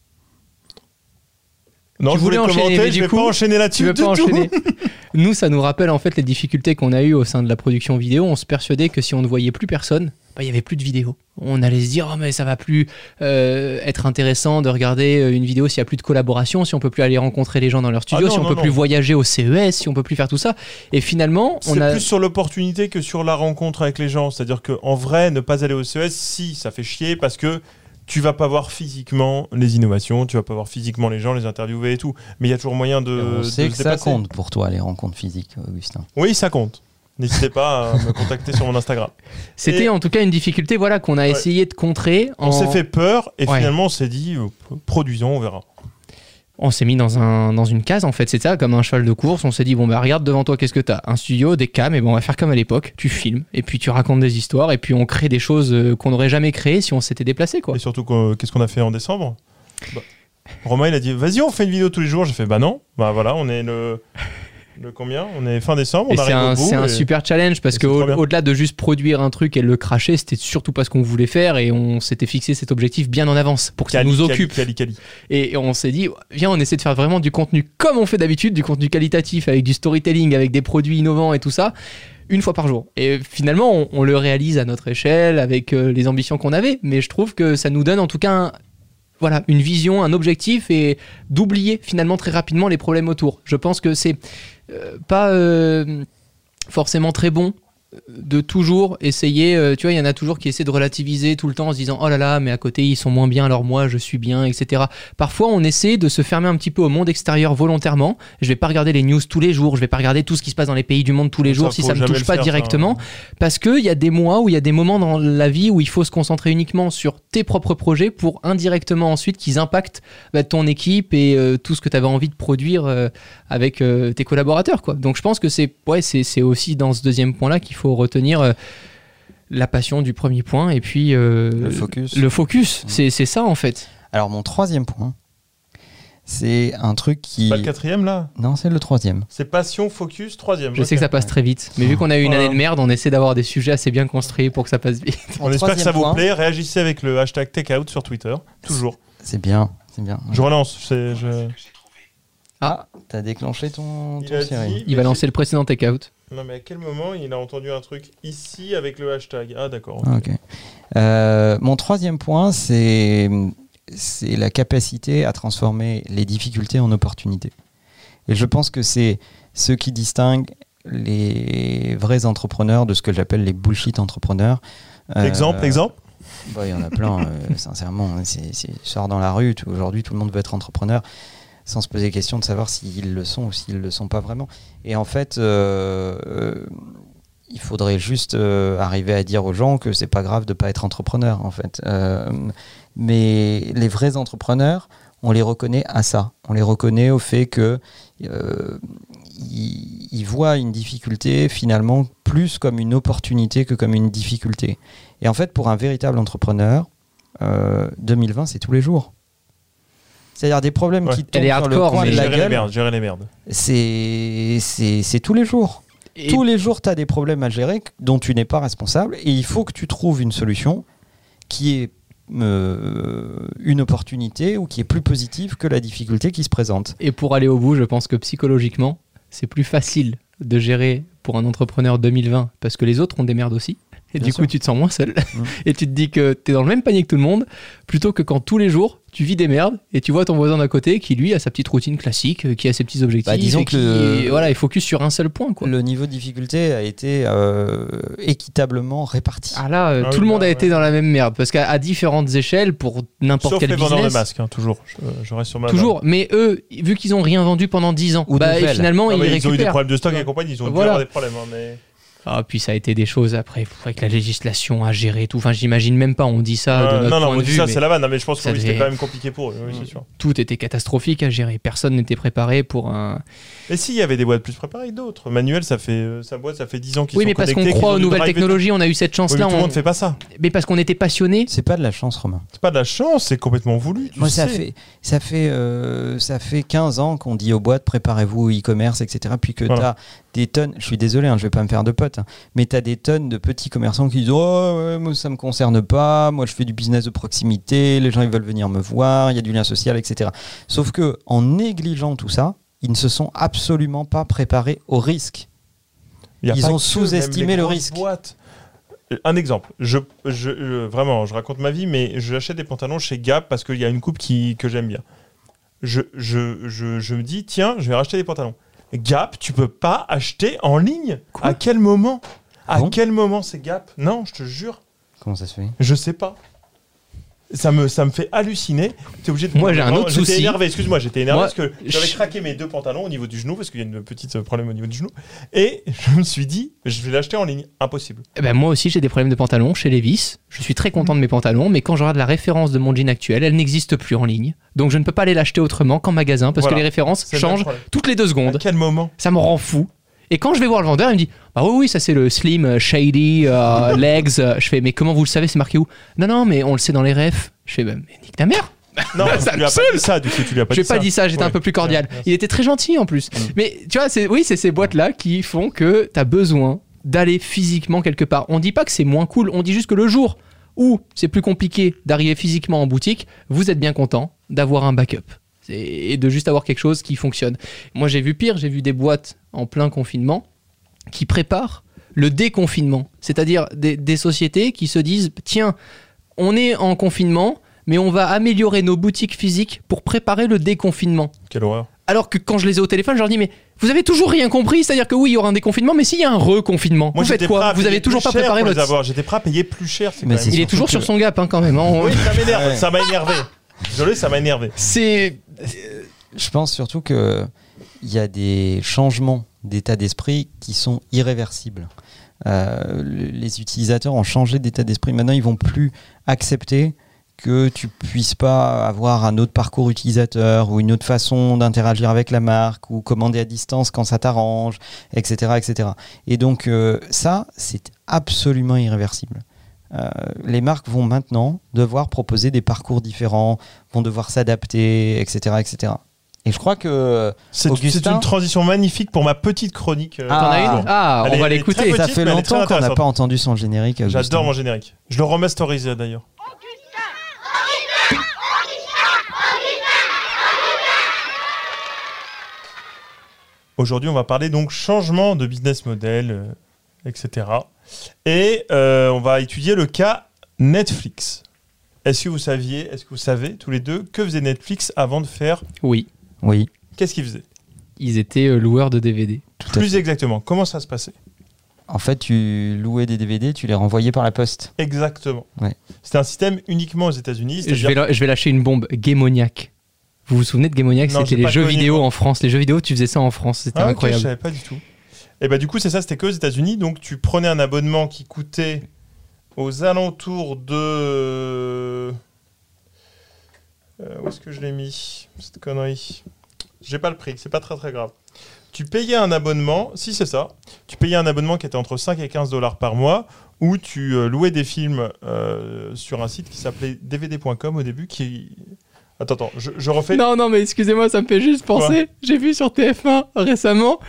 D: Non,
B: Tu
D: je voulais
B: voulais enchaîner,
D: commenter,
B: mais
D: je
B: du
D: vais
B: coup,
D: pas enchaîner
B: Tu
D: là-dessus
B: veux
D: du
B: pas
D: tout.
B: enchaîner. Nous, ça nous rappelle en fait les difficultés qu'on a eues au sein de la production vidéo. On se persuadait que si on ne voyait plus personne, bah, il y avait plus de vidéos. On allait se dire, oh, mais ça va plus euh, être intéressant de regarder une vidéo s'il y a plus de collaboration, si on peut plus aller rencontrer les gens dans leur studio,
D: Ah non,
B: si on
D: non,
B: peut
D: non.
B: plus voyager au C E S, si on peut plus faire tout ça. Et finalement, on
D: C'est
B: a
D: plus sur l'opportunité que sur la rencontre avec les gens. C'est-à-dire qu'en vrai, ne pas aller au C E S, si, ça fait chier parce que tu vas pas voir physiquement les innovations, tu vas pas voir physiquement les gens, les interviewer et tout. Mais il y a toujours moyen de,
C: On
D: de
C: sait que
D: se
C: ça
D: dépasser.
C: compte pour toi, les rencontres physiques, Augustin.
D: Oui, ça compte. N'hésitez pas à me contacter sur mon Instagram.
B: C'était
D: Et-
B: en tout cas une difficulté voilà, qu'on a
D: Ouais.
B: essayé de contrer.
D: On
B: en-
D: s'est fait peur et
B: Ouais.
D: finalement on s'est dit, euh, produisons, on verra.
B: On s'est mis dans, un, dans une case, en fait, c'est ça, comme un cheval de course. On s'est dit, bon, bah regarde devant toi, qu'est-ce que t'as ? Un studio, des cams, et bon, on va faire comme à l'époque. Tu filmes, et puis tu racontes des histoires, et puis on crée des choses euh, qu'on n'aurait jamais créées si on s'était déplacé, quoi.
D: Et surtout, qu'o- qu'est-ce qu'on a fait en décembre ? Bah, Romain, il a dit, vas-y, on fait une vidéo tous les jours. J'ai fait, bah non. Bah voilà, on est le, le combien ? On est fin décembre, on
B: Et c'est
D: arrive
B: un,
D: au bout.
B: c'est un
D: et-
B: super challenge parce
D: et c'est trop
B: qu'au
D: bien.
B: au-delà de juste produire un truc et le cracher, c'était surtout pas ce qu'on voulait faire et on s'était fixé cet objectif bien en avance pour que ça
D: Cali,
B: nous
D: Cali,
B: occupe.
D: Cali, Cali.
B: Et on s'est dit, viens, on essaie de faire vraiment du contenu comme on fait d'habitude, du contenu qualitatif avec du storytelling, avec des produits innovants et tout ça, une fois par jour. Et finalement, on, on le réalise à notre échelle avec euh, les ambitions qu'on avait, mais je trouve que ça nous donne en tout cas un- voilà, une vision, un objectif et d'oublier finalement très rapidement les problèmes autour. Je pense que c'est euh, pas euh, forcément très bon de toujours essayer, euh, tu vois, il y en a toujours qui essaient de relativiser tout le temps en se disant oh là là, mais à côté ils sont moins bien, alors moi je suis bien, et cetera. Parfois on essaie de se fermer un petit peu au monde extérieur volontairement. Je vais pas regarder les news tous les jours, je vais pas regarder tout ce qui se passe dans les pays du monde tous les
D: Ça,
B: jours si
D: faut
B: ça me
D: jamais
B: touche
D: le
B: pas
D: faire,
B: directement.
D: ça.
B: Parce qu'il y a des mois où il y a des moments dans la vie où il faut se concentrer uniquement sur tes propres projets pour indirectement ensuite qu'ils impactent bah, ton équipe et euh, tout ce que tu avais envie de produire euh, avec euh, tes collaborateurs, quoi. Donc je pense que c'est, ouais, c'est, c'est aussi dans ce deuxième point-là qu'il faut retenir euh, la passion du premier point et puis euh,
C: Le focus.
B: Le focus, c'est, c'est ça en fait.
C: Alors, mon troisième point, c'est un truc qui...
D: Pas le quatrième là.
C: Non, c'est le troisième.
D: C'est passion, focus, troisième.
B: Je
D: Ok.
B: sais que ça passe très vite, mais vu qu'on a eu une
D: Voilà.
B: année de merde, on essaie d'avoir des sujets assez bien construits pour que ça passe vite.
D: On espère que
C: troisième
D: ça vous
C: point.
D: plaît. Réagissez avec le hashtag takeout sur Twitter. Toujours.
C: C'est bien, c'est bien.
D: Je relance. c'est- je-
C: Ah, t'as déclenché ton,
D: Il
C: ton
D: a
C: Cyril.
D: dit-
B: Il va lancer le précédent take-out.
D: Non, mais à quel moment il a entendu un truc ici avec le hashtag ? Ah, d'accord. ok.
C: Ah, ok. Euh, mon troisième point, c'est, c'est la capacité à transformer les difficultés en opportunités. Et je pense que c'est ce qui distingue les vrais entrepreneurs de ce que j'appelle les bullshit entrepreneurs. Euh,
D: Exemple, exemple
C: bah, il y en a plein, euh, sincèrement. hein, C'est, c'est, je sors dans la rue, tout- aujourd'hui tout le monde veut être entrepreneur sans se poser question de savoir s'ils le sont ou s'ils ne le sont pas vraiment. Et en fait, euh, euh, il faudrait juste euh, arriver à dire aux gens que c'est pas grave de pas être entrepreneur, en fait. Euh, mais les vrais entrepreneurs, on les reconnaît à ça. On les reconnaît au fait que euh, ils, ils voient une difficulté finalement plus comme une opportunité que comme une difficulté. Et en fait, pour un véritable entrepreneur, euh, deux mille vingt, c'est tous les jours. C'est-à-dire des problèmes
D: Ouais.
C: qui
B: Elle
C: tombent
B: est
C: sur le
B: hardcore,
C: coin
B: mais
C: de la
D: Gérer les
C: gueule.
D: merdes, gérer les merdes.
C: C'est, c'est, c'est tous les jours.
B: Et
C: Tous les jours, tu as des problèmes à gérer dont tu n'es pas responsable et il faut que tu trouves une solution qui est euh, une opportunité ou qui est plus positive que la difficulté qui se présente.
B: Et pour aller au bout, je pense que psychologiquement, c'est plus facile de gérer pour un entrepreneur deux mille vingt parce que les autres ont des merdes aussi. Et
C: Bien
B: du
C: sûr.
B: coup, tu te sens moins seul.
C: Mmh.
B: Et tu te dis que tu es dans le même panier que tout le monde, plutôt que quand tous les jours, tu vis des merdes et tu vois ton voisin d'à côté qui, lui, a sa petite routine classique, euh, qui a ses petits objectifs.
C: Bah, disons
B: et
C: que
B: qui
C: le-
B: voilà, est focus sur un seul point. Quoi.
C: Le niveau de difficulté a été euh, équitablement réparti.
B: Ah là, euh,
D: Ah
B: tout
D: oui,
B: le monde
D: bah,
B: a
D: ouais.
B: été dans la même merde. Parce qu'à à différentes échelles, pour n'importe
D: Sauf
B: quel
D: les vendeurs
B: business.
D: de masques, hein, toujours. Je, je reste sur ma.
B: Toujours. Mais eux, vu qu'ils ont rien vendu pendant dix ans,
C: Ou
B: bah, et
C: nouvelles.
B: finalement,
D: Ah,
B: ils
D: mais ils ont eu des
B: récupèrent.
D: problèmes de stock et compagnie, ils ont dû
B: Voilà.
D: avoir des problèmes. hein, mais...
B: Ah, puis ça a été des choses après, pff, avec la législation à gérer et tout. Enfin, j'imagine même pas, on dit ça
D: Ouais,
B: de notre
D: non, non,
B: point
D: on
B: de
D: dit
B: vue,
D: ça,
B: mais
D: c'est la vanne. Non, mais je pense que
B: ça
D: oui, c'était
B: devait-
D: quand même compliqué pour eux, oui, c'est sûr.
B: tout était catastrophique à gérer. Personne n'était préparé pour un.
D: Et si, il y avait des boîtes plus préparées que d'autres. Manuel, ça fait, euh, sa boîte, ça fait dix ans qu'ils
B: Oui,
D: sont
B: mais parce qu'on
D: connectés, qu'ils
B: croit
D: ont
B: aux
D: du
B: nouvelles
D: drive et tout.
B: technologies, on a eu cette
D: Oui, mais
B: chance-là.
D: tout le
B: on-
D: monde fait pas ça.
B: Mais parce qu'on était passionnés.
C: C'est pas de la chance, Romain.
D: C'est pas de la chance, c'est complètement voulu. tu
C: Moi, ça
D: sais.
C: fait, ça, fait, euh, ça fait quinze ans qu'on dit aux boîtes préparez-vous au e-commerce, et cetera. Puis que
D: Voilà.
C: tu as des tonnes, je suis désolé, hein, je vais pas me faire de potes, hein, mais tu as des tonnes de petits commerçants qui disent oh, ouais, moi ça me concerne pas, moi je fais du business de proximité, les gens ils veulent venir me voir, il y a du lien social, et cetera. Sauf que en négligeant tout ça, ils ne se sont absolument pas préparés au risque.
D: Il y a
C: Ils
D: pas
C: ont
D: que,
C: sous-estimé
D: même les
C: le
D: grosses
C: risque.
D: boîtes. Euh, Un exemple, je, je, je- vraiment, je raconte ma vie, mais j'achète des pantalons chez Gap parce qu'il y a une coupe qui, que j'aime bien. Je, je, je, je me dis, tiens, je vais racheter des pantalons. Gap, tu peux pas acheter en ligne.
C: Quoi
D: À quel moment À
C: Bon
D: quel moment c'est Gap? Non, je te jure,
C: Comment ça se fait?
D: je sais pas. Ça me, ça me fait halluciner. T'es obligé de...
B: Moi, j'ai un
D: Vraiment,
B: autre
D: j'étais
B: souci.
D: énervé, excuse-moi, j'étais énervé
B: Moi,
D: parce que j'avais
B: je-
D: craqué mes deux pantalons au niveau du genou parce qu'il y a une petite problème au niveau du genou. Et je me suis dit, je vais l'acheter en ligne. Impossible.
B: Eh ben, moi aussi, j'ai des problèmes de pantalons chez Levi's. Je suis très content de mes pantalons, mais quand je regarde la référence de mon jean actuel, elle n'existe plus en ligne. Donc je ne peux pas aller l'acheter autrement qu'en magasin parce
D: Voilà.
B: que les références
D: C'est le même
B: changent
D: problème.
B: toutes les deux
D: À
B: secondes.
D: quel moment?
B: Ça me rend fou. Et quand je vais voir le vendeur, il me dit bah oui, oui, ça c'est le slim, euh, shady, euh, legs. Euh, Je fais mais comment vous le savez, c'est marqué où? Non, non, mais on le sait dans les refs. Je fais bah, mais nique ta mère.
D: Non,
B: Ça
D: tu lui as
B: me
D: pas dit ça, du coup, tu lui as pas
B: Je
D: dit
B: n'ai
D: ça.
B: pas dit ça, j'étais
D: Ouais.
B: un peu plus cordial.
D: Ouais,
B: Il était très gentil en plus. Mais tu vois, c'est, oui, c'est ces boîtes-là qui font que tu as besoin d'aller physiquement quelque part. On dit pas que c'est moins cool, on dit juste que le jour où c'est plus compliqué d'arriver physiquement en boutique, vous êtes bien content d'avoir un backup. C'est- Et de juste avoir quelque chose qui fonctionne. Moi, j'ai vu pire, j'ai vu des boîtes en plein confinement qui préparent le déconfinement. C'est-à-dire des, des sociétés qui se disent tiens, on est en confinement, mais on va améliorer nos boutiques physiques pour préparer le déconfinement.
D: Quelle horreur.
B: Alors que quand je les ai au téléphone, je leur dis mais vous avez toujours rien compris, c'est-à-dire que oui, il y aura un déconfinement, mais s'il y a un reconfinement,
D: Moi,
B: vous faites
D: j'étais prêt
B: quoi
D: à
B: Vous
D: payer
B: avez toujours
D: plus
B: pas
D: cher
B: préparé
D: pour les
B: votre...
D: avoir. J'étais prêt à payer plus cher. C'est
C: Mais
D: quand
C: c'est
D: même-
B: Il est
C: surtout
B: toujours
C: que-
B: sur son gap hein, quand même. hein. On-
D: Oui, ça m'énerve.
C: Ouais.
D: Ça m'a énervé. Désolé, ça m'a énervé.
B: C'est...
C: Je pense surtout qu'il y a des changements d'état d'esprit qui sont irréversibles. Euh, le- les utilisateurs ont changé d'état d'esprit. Maintenant, ils vont plus accepter que tu puisses pas avoir un autre parcours utilisateur ou une autre façon d'interagir avec la marque ou commander à distance quand ça t'arrange, et cetera, et cetera. Et donc euh, ça, c'est absolument irréversible. Euh, les marques vont maintenant devoir proposer des parcours différents, vont devoir s'adapter, et cetera, et cetera. Et je crois que
D: C'est
C: Augustin-
D: c'est une transition magnifique pour ma petite chronique. euh,
B: T'en as
C: Ah.
B: une Ah,
D: Elle
B: on
D: est-
B: va
D: elle est
B: l'écouter.
D: très
C: ça
D: petite,
C: fait
D: mais elle est très
C: longtemps qu'on n'a
D: intéressante.
C: pas entendu son générique. Augustin.
D: J'adore mon générique. Je le remasterise d'ailleurs. Aujourd'hui, on va parler donc changement de business model, euh, et cetera. Et euh, on va étudier le cas Netflix. Est-ce que vous saviez, est-ce que vous savez tous les deux que faisait Netflix avant de faire
B: Oui,
C: Oui,
D: Qu'est-ce qu'il faisait?
B: ils étaient euh, loueurs de D V D.
C: tout à
D: Plus
C: fait.
D: exactement, comment ça se passait?
C: En fait, tu louais des D V D, tu les renvoyais par la poste.
D: Exactement.
C: Ouais.
D: C'était un système uniquement aux États-Unis.
B: Je vais,
D: c'est-à-dire-
B: la- je vais lâcher une bombe. Gamoniac. Vous vous souvenez de Gamoniac?
D: Non,
B: C'était
D: j'ai
B: les
D: pas
B: jeux
D: connu,
B: vidéo
D: moi.
B: en France. Les jeux vidéo, tu faisais ça en France. C'était
D: Ah, ok, je
B: incroyable.
D: savais pas du tout. Et bah du coup, c'est ça, c'était que aux États-Unis. Donc tu prenais un abonnement qui coûtait aux alentours de. Euh, où est-ce que je l'ai mis cette connerie? J'ai pas le prix, c'est pas très très grave. Tu payais un abonnement, si c'est ça, tu payais un abonnement qui était entre cinq et quinze dollars par mois, où tu euh, louais des films euh, sur un site qui s'appelait D V D point com au début, qui... Attends, attends, je, je refais...
B: Non, non, mais excusez-moi, ça me fait juste penser. J'ai vu sur T F un récemment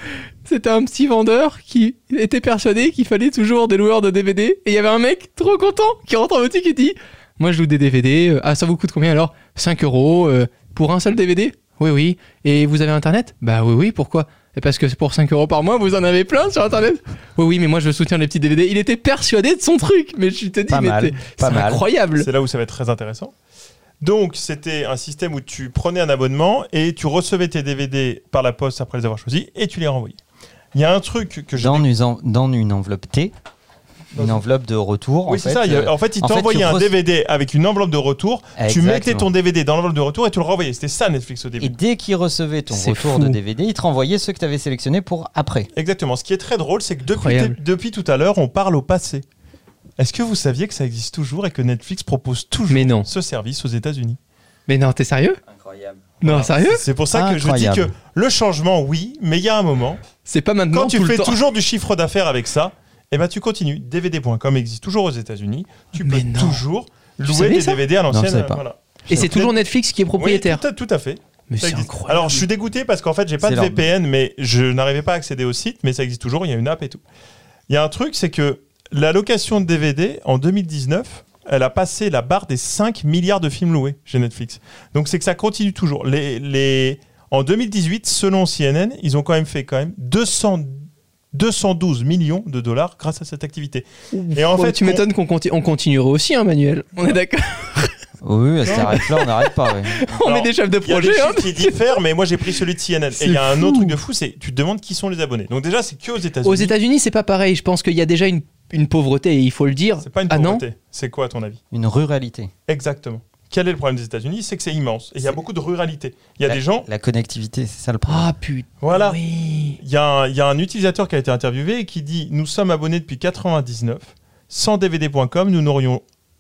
B: C'était un petit vendeur qui était persuadé qu'il fallait toujours des loueurs de D V D. Et il y avait un mec trop content qui rentre en boutique et dit « Moi, je loue des D V D. Ah, ça vous coûte combien alors ? cinq euros euh, pour un seul D V D ? Oui, oui. Et vous avez Internet ? Bah oui, oui. Pourquoi ? Et parce que c'est pour cinq euros par mois, vous en avez plein sur Internet ? Oui, oui, mais moi, je soutiens les petits D V D. Il était persuadé de son truc. Mais je te dis,
C: Pas
B: mais
C: mal,
B: t'es-
C: pas
B: c'est
C: mal.
B: incroyable.
D: C'est là où ça va être très intéressant. Donc, c'était un système où tu prenais un abonnement et tu recevais tes D V D par la poste après les avoir choisis et tu les renvoyais. Il y a un truc que j'ai.
C: Dans une, en- dans une enveloppe T, une enveloppe de retour.
D: Oui,
C: en
D: c'est
C: fait,
D: ça. il y a-
C: euh,
D: en fait, il
C: en fait,
D: t'envoyait
C: tu
D: un
C: reço-
D: D V D avec une enveloppe de retour. Tu
C: Exactement.
D: mettais ton D V D dans l'enveloppe de retour et tu le renvoyais. C'était ça Netflix au début.
C: Et dès qu'il recevait ton
B: C'est
C: retour
B: fou.
C: de D V D, il te renvoyait ceux que tu avais sélectionnés pour après.
D: Exactement. Ce qui est très drôle, c'est que depuis,
B: Incroyable.
D: depuis tout à l'heure, on parle au passé. Est-ce que vous saviez que ça existe toujours et que Netflix propose toujours
B: Mais non.
D: ce service aux États-Unis ?
B: Mais non, t'es sérieux ?
C: Incroyable.
B: Non, sérieux ?
D: C'est pour ça que je dis
C: Incroyable.
D: que le changement, oui, mais il y a un moment.
B: C'est pas maintenant
D: Quand tu
B: tout
D: fais
B: le temps.
D: toujours du chiffre d'affaires avec ça, eh ben tu continues. D V D point com existe toujours aux États-Unis. Tu peux
B: Mais non.
D: toujours louer
B: savais
D: des
B: ça
D: D V D à
C: Non, je
D: l'ancienne.
C: savais pas.
D: Voilà.
B: Et c'est toujours Netflix qui est propriétaire.
D: Oui, tout à, tout à fait.
B: Mais
D: Ça
B: c'est
D: existe.
B: incroyable.
D: Alors je suis dégoûté parce qu'en fait j'ai pas
C: C'est
D: de
C: leur-
D: V P N, mais je n'arrivais pas à accéder au site, mais ça existe toujours. Il y a une app et tout. Il y a un truc, c'est que la location de D V D en deux mille dix-neuf, elle a passé la barre des cinq milliards de films loués chez Netflix. Donc c'est que ça continue toujours. Les, les... En deux mille dix-huit, selon C N N, ils ont quand même fait quand même deux cents deux cent douze millions de dollars grâce à cette activité. Et en
B: Bon,
D: fait,
B: tu
D: on-
B: m'étonnes qu'on conti- on continuerait aussi, hein, Manuel. On est d'accord.
C: Oui, à cette arrête-là, on n'arrête pas. ouais.
B: On
D: Alors,
B: est des chefs de
D: Il y a des
B: projet. hein.
D: chiffres qui diffèrent, mais moi j'ai pris celui de C N N.
B: C'est
D: Et il y a un
B: fou.
D: autre truc de fou, c'est tu te demandes qui sont les abonnés. Donc déjà, c'est que aux États-Unis.
B: Aux États-Unis, c'est pas pareil. Je pense qu'il y a déjà une, une pauvreté, et il faut le dire.
D: C'est pas une
B: Ah non
D: pauvreté. C'est quoi à ton avis ?
C: Une ruralité.
D: Exactement. Quel est le problème des États-Unis ? C'est que c'est immense. Et il y a
C: C'est-
D: beaucoup de ruralité. Il y a
C: la,
D: des gens.
C: La connectivité, c'est ça le problème.
B: Ah putain.
D: Voilà.
B: Oui.
D: Il y, a un- il y a un utilisateur qui a été interviewé et qui dit nous sommes abonnés depuis quatre-vingt-dix-neuf. Sans D V D point com, nous n'aurions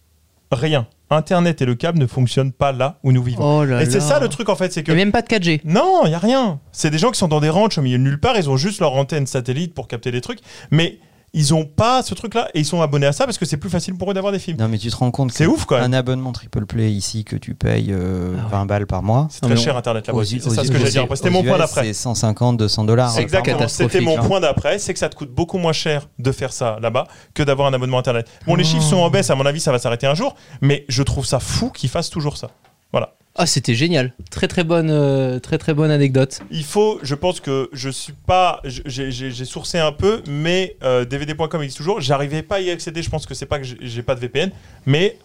D: rien. Internet et le câble ne fonctionnent pas là où nous vivons.
B: Oh là
D: et c'est
B: là.
D: ça le truc en fait, c'est
B: Il
D: que
B: y a même pas de quatre G.
D: non, il y a rien. C'est des gens qui sont dans des ranchs au milieu de nulle part, ils ont juste leur antenne satellite pour capter des trucs, mais ils ont pas ce truc-là et ils sont abonnés à ça parce que c'est plus facile pour eux d'avoir des films.
C: Non, mais tu te rends compte
D: C'est
C: que
D: ouf, quand même.
C: un abonnement triple play ici que tu payes euh,
B: Ah ouais.
C: vingt balles par mois.
D: C'est
B: Non,
D: très
B: mais
D: cher
B: on-
D: Internet là-bas
C: Aux-
D: aussi. C'est
C: aux-
D: ça ce que
C: aux-
D: j'allais dire. Après, c'était
C: aux
D: mon
C: U
D: point
C: S,
D: d'après.
C: C'est cent cinquante, deux cents dollars.
D: Exactement,
B: catastrophique,
D: c'était mon
B: hein.
D: point d'après, c'est que ça te coûte beaucoup moins cher de faire ça là-bas que d'avoir un abonnement Internet. Bon, les
B: Oh.
D: chiffres sont en baisse, à mon avis, ça va s'arrêter un jour, mais je trouve ça fou qu'ils fassent toujours ça. Voilà.
B: Ah, c'était génial. Très très bonne, euh, très très bonne anecdote.
D: Il faut, je pense que je suis pas, j'ai- j'ai j'ai sourcé un peu, mais euh, D V D point com existe toujours. J'arrivais pas à y accéder, je pense que c'est pas que j'ai- j'ai pas de V P N, mais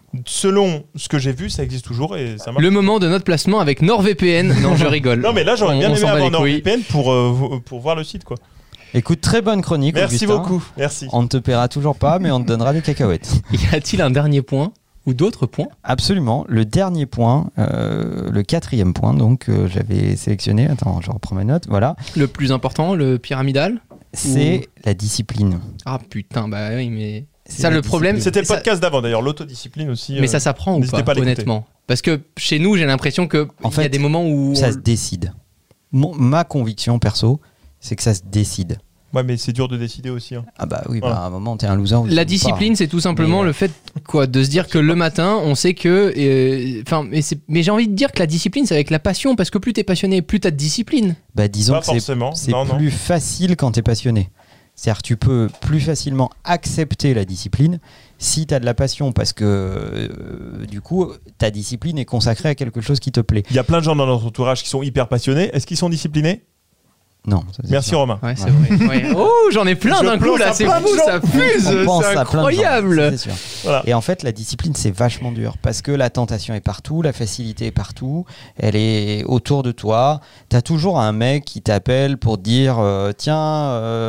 D: selon ce que j'ai vu, ça existe toujours et ça marche.
B: Le moment de notre placement avec NordVPN. Non, je rigole.
D: Non, mais là, j'aurais
B: On-
D: bien
B: on
D: aimé
B: s'en bat
D: avoir
B: les couilles.
D: NordVPN pour, euh, pour voir le site, quoi.
C: Écoute, très bonne chronique.
D: Merci
C: Augustin.
D: beaucoup, merci.
C: On ne te paiera toujours pas, mais on te donnera des cacahuètes.
B: Y a-t-il un dernier point ou d'autres points ?
C: Absolument. Le dernier point, euh, le quatrième point, donc euh, j'avais sélectionné. Attends, je reprends mes notes. Voilà,
B: Le plus important, le pyramidal ?
C: c'est la discipline.
B: Ah putain, bah oui, mais
C: C'est
B: ça
C: la
B: le problème.
C: discipline.
D: C'était le
B: ça-
D: podcast d'avant, d'ailleurs, l'autodiscipline aussi.
B: Mais
D: euh,
B: ça s'apprend ou
D: n'hésitez
B: pas,
D: pas à l'écouter.
B: honnêtement ? Parce que chez nous, j'ai l'impression que
C: En
B: il y a
C: fait,
B: des moments où
C: Ça
B: on-
C: se décide. Mon- ma conviction perso, c'est que ça se décide.
D: Ouais, mais c'est dur de décider aussi. hein.
C: Ah bah oui,
D: Voilà.
C: bah, à un moment, t'es un loser. ou
B: la
C: tu
B: discipline, c'est tout simplement
C: Mais, euh,
B: le fait quoi, de se dire que le matin, on sait que. euh, Enfin, mais, c'est- mais j'ai envie de dire que la discipline, c'est avec la passion, parce que plus t'es passionné, plus t'as de discipline.
C: Bah disons
D: Pas
C: que c'est
D: forcément.
C: c'est
D: Non, non.
C: plus facile quand t'es passionné. C'est-à-dire que tu peux plus facilement accepter la discipline si t'as de la passion, parce que euh, du coup, ta discipline est consacrée à quelque chose qui te plaît.
D: Il y a plein de gens dans notre entourage qui sont hyper passionnés. Est-ce qu'ils sont disciplinés ?
C: Non. ça, c'est
D: Merci
C: sûr.
D: Romain.
B: Ouais, c'est
C: Ouais.
B: vrai. Ouais. Oh, j'en ai plein
D: Je
B: d'un coup
D: pense
B: là,
D: à
B: c'est
D: plein de
B: fou,
D: gens.
B: ça fuse,
C: On pense
B: c'est
C: à plein de gens,
B: incroyable.
C: c'est sûr.
D: Voilà.
C: Et en fait, la discipline, c'est vachement dur parce que la tentation est partout, la facilité est partout, elle est autour de toi. Tu as toujours un mec qui t'appelle pour te dire euh, tiens,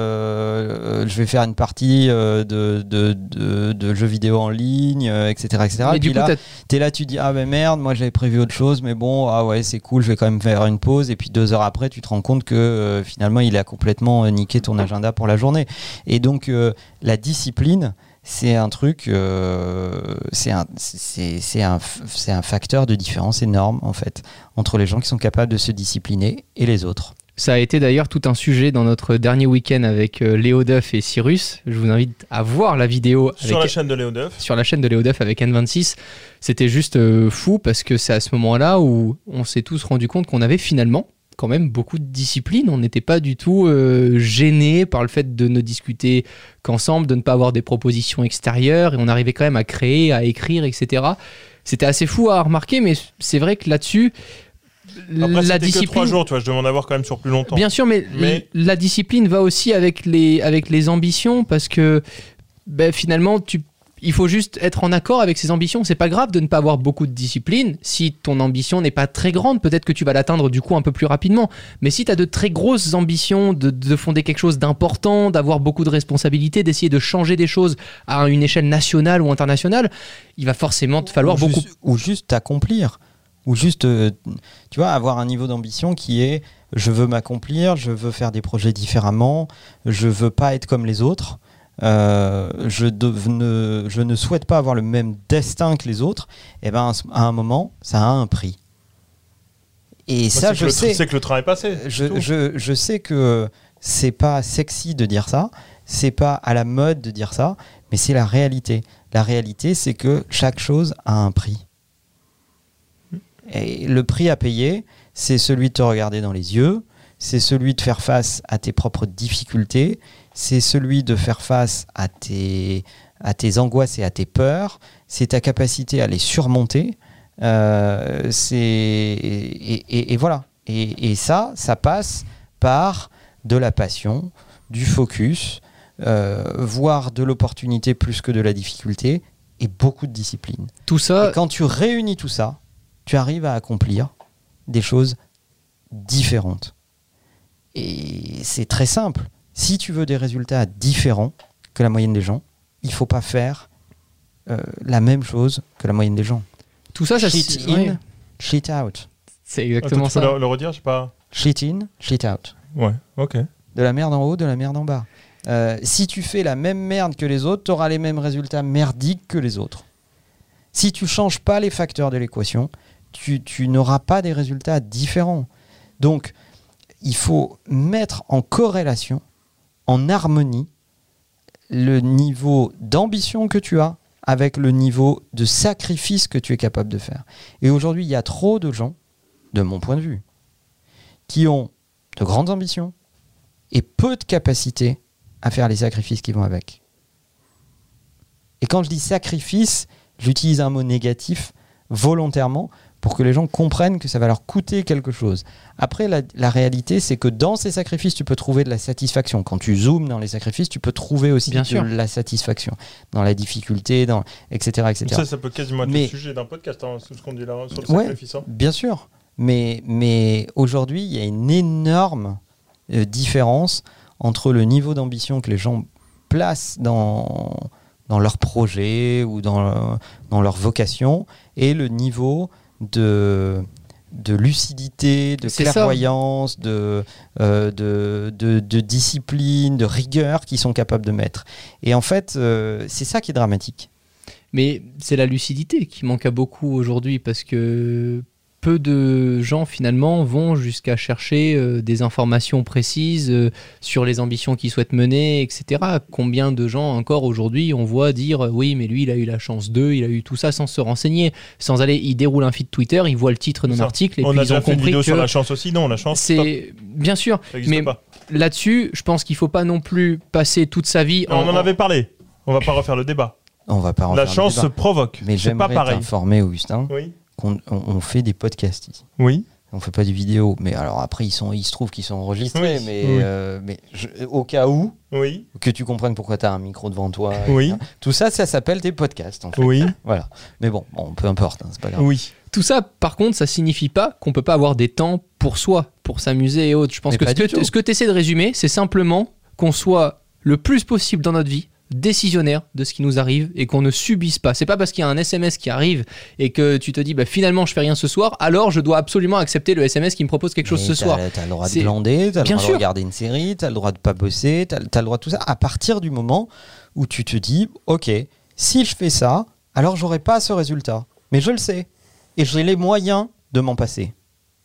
C: euh, je vais faire une partie euh, de, de, de, de jeux vidéo en ligne, euh, et cetera et cetera.
B: Mais
C: Et
B: du
C: puis
B: coup,
C: là,
B: t'as-
C: t'es là, tu dis ah ben merde, moi j'avais prévu autre chose, mais bon, ah ouais, c'est cool, je vais quand même faire une pause. Et puis deux heures après, tu te rends compte que euh, finalement, il a complètement euh, niqué ton agenda pour la journée. Et donc, euh, la discipline, c'est un truc, euh, c'est un, c'est, c'est un, c'est un facteur de différence énorme en fait entre les gens qui sont capables de se discipliner et les autres.
B: Ça a été d'ailleurs tout un sujet dans notre dernier week-end avec euh, Léo Duff et Cyrus. Je vous invite à voir la vidéo
D: Sur
B: avec-
D: la chaîne de Léo Duff.
B: sur la chaîne de Léo Duff avec N vingt-six. C'était juste euh, fou parce que c'est à ce moment-là où on s'est tous rendu compte qu'on avait finalement quand même beaucoup de discipline. On n'était pas du tout euh, gêné par le fait de ne discuter qu'ensemble, de ne pas avoir des propositions extérieures, et on arrivait quand même à créer, à écrire, et cetera. C'était assez fou à remarquer, mais c'est vrai que là-dessus,
D: Après,
B: la
D: c'était
B: discipline...
D: que trois jours, tu vois, je demande à voir quand même sur plus longtemps.
B: Bien sûr, mais,
D: Mais-
B: l- la discipline va aussi avec les, avec les ambitions, parce que ben, finalement, tu, il faut juste être en accord avec ses ambitions. C'est pas grave de ne pas avoir beaucoup de discipline. Si ton ambition n'est pas très grande, peut-être que tu vas l'atteindre du coup un peu plus rapidement. Mais si tu as de très grosses ambitions de, de fonder quelque chose d'important, d'avoir beaucoup de responsabilités, d'essayer de changer des choses à une échelle nationale ou internationale, il va forcément te falloir
C: ou
B: beaucoup...
C: juste, ou juste t'accomplir, ou juste, euh, tu vois, avoir un niveau d'ambition qui est je veux m'accomplir, je veux faire des projets différemment, je veux pas être comme les autres, euh, je, de- ne, je ne souhaite pas avoir le même destin que les autres. Et ben à un moment, ça a un prix. Et
D: Moi,
C: ça,
D: c'est que
C: je
D: le-
C: sais.
D: C'est que le train est passé. c'est
C: Je,
D: tout.
C: je, je sais que c'est pas sexy de dire ça, c'est pas à la mode de dire ça, mais c'est la réalité. La réalité, c'est que chaque chose a un prix. Et le prix à payer, c'est celui de te regarder dans les yeux, c'est celui de faire face à tes propres difficultés, c'est celui de faire face à tes, à tes angoisses et à tes peurs, c'est ta capacité à les surmonter. Euh, c'est et, et- et voilà. Et, et ça, ça passe par de la passion, du focus, euh, voire de l'opportunité plus que de la difficulté, et beaucoup de discipline.
B: Tout ça,
C: Et quand tu réunis tout ça, tu arrives à accomplir des choses différentes. Et c'est très simple. Si tu veux des résultats différents que la moyenne des gens, il ne faut pas faire euh, la même chose que la moyenne des gens.
B: tout ça, ça
C: Cheat
B: ouais,
C: in, cheat out.
B: c'est
D: Attends,
B: exactement
D: tu peux
B: ça.
D: le, le redire, je sais pas.
C: Cheat in, cheat out.
D: Ouais, ok.
C: De la merde en haut, de la merde en bas. Euh, si tu fais la même merde que les autres, tu auras les mêmes résultats merdiques que les autres. Si tu changes pas les facteurs de l'équation, tu, tu n'auras pas des résultats différents. Donc, il faut mettre en corrélation, en harmonie, le niveau d'ambition que tu as avec le niveau de sacrifice que tu es capable de faire. Et aujourd'hui, il y a trop de gens, de mon point de vue, qui ont de grandes ambitions et peu de capacité à faire les sacrifices qui vont avec. Et quand je dis sacrifice, j'utilise un mot négatif volontairement pour que les gens comprennent que ça va leur coûter quelque chose. Après, la, la réalité, c'est que dans ces sacrifices, tu peux trouver de la satisfaction. Quand tu zoomes dans les sacrifices, tu peux trouver aussi
B: Bien
C: de
B: sûr.
C: la satisfaction. Dans la difficulté, dans, et cetera, et cetera.
D: Ça, ça peut quasiment être
C: Mais-
D: le sujet d'un podcast, hein, ce qu'on dit là sur le
C: Ouais.
D: sacrifice. hein.
C: Bien sûr. Mais, mais aujourd'hui, il y a une énorme euh, différence entre le niveau d'ambition que les gens placent dans, dans leur projet ou dans, le- dans leur vocation et le niveau de, de lucidité, de
B: C'est ça.
C: clairvoyance, de, euh, de, de, de discipline, de rigueur qu'ils sont capables de mettre. Et en fait, euh, c'est ça qui est dramatique.
B: Mais c'est la lucidité qui manque à beaucoup aujourd'hui, parce que peu de gens finalement vont jusqu'à chercher euh, des informations précises euh, sur les ambitions qu'ils souhaitent mener, et cetera. Combien de gens encore aujourd'hui on voit dire euh, oui mais lui il a eu la chance d'eux, il a eu tout ça sans se renseigner, sans aller, il déroule un feed Twitter, il voit le titre d'un
D: Ça.
B: article et
D: On
B: puis
D: a
B: ils
D: déjà
B: ont
D: fait une
B: compris
D: vidéo
B: que
D: sur la chance aussi. Non, la chance, stop,
B: c'est bien sûr,
D: ça n'existe
B: mais
D: pas.
B: là-dessus je pense qu'il faut pas non plus passer toute sa vie
D: On en avait parlé. On va pas refaire le débat.
C: On va pas
D: La
C: refaire le
D: chance se
C: débat.
D: provoque.
C: Mais
D: C'est pas
C: j'aimerais
D: pareil.
C: t'informer, Augustin,
D: Oui.
C: qu'on on, on fait des podcasts ici.
D: Oui.
C: On fait pas des vidéos, mais alors après ils sont, il se trouve qu'ils sont enregistrés,
D: Oui,
C: mais,
D: oui.
C: euh, mais je- au cas où
D: Oui.
C: que tu comprennes pourquoi tu as un micro devant toi,
D: Oui.
C: et cetera. Tout ça, ça s'appelle des podcasts. En fait.
D: Oui.
C: Voilà. Mais bon, bon, peu importe, hein, c'est pas grave.
D: Oui.
B: Tout ça, par contre, ça signifie pas qu'on peut pas avoir des temps pour soi, pour s'amuser et autres. Je pense
C: Mais
B: que
C: pas
B: ce
C: du
B: que,
C: tout.
B: ce que tu essaies de résumer, c'est simplement qu'on soit le plus possible dans notre vie décisionnaire de ce qui nous arrive et qu'on ne subisse pas. C'est pas parce qu'il y a un S M S qui arrive et que tu te dis bah, finalement je fais rien ce soir, alors je dois absolument accepter le S M S qui me propose quelque chose
C: Mais
B: ce
C: t'as-
B: soir.
C: T'as le droit de
B: C'est-
C: glander, t'as le
B: Bien
C: droit
B: sûr.
C: de regarder une série, t'as le droit de pas bosser, t'as t'as le droit de tout ça. À partir du moment où tu te dis, ok, si je fais ça, alors j'aurai pas ce résultat. Mais je le sais. Et j'ai les moyens de m'en passer.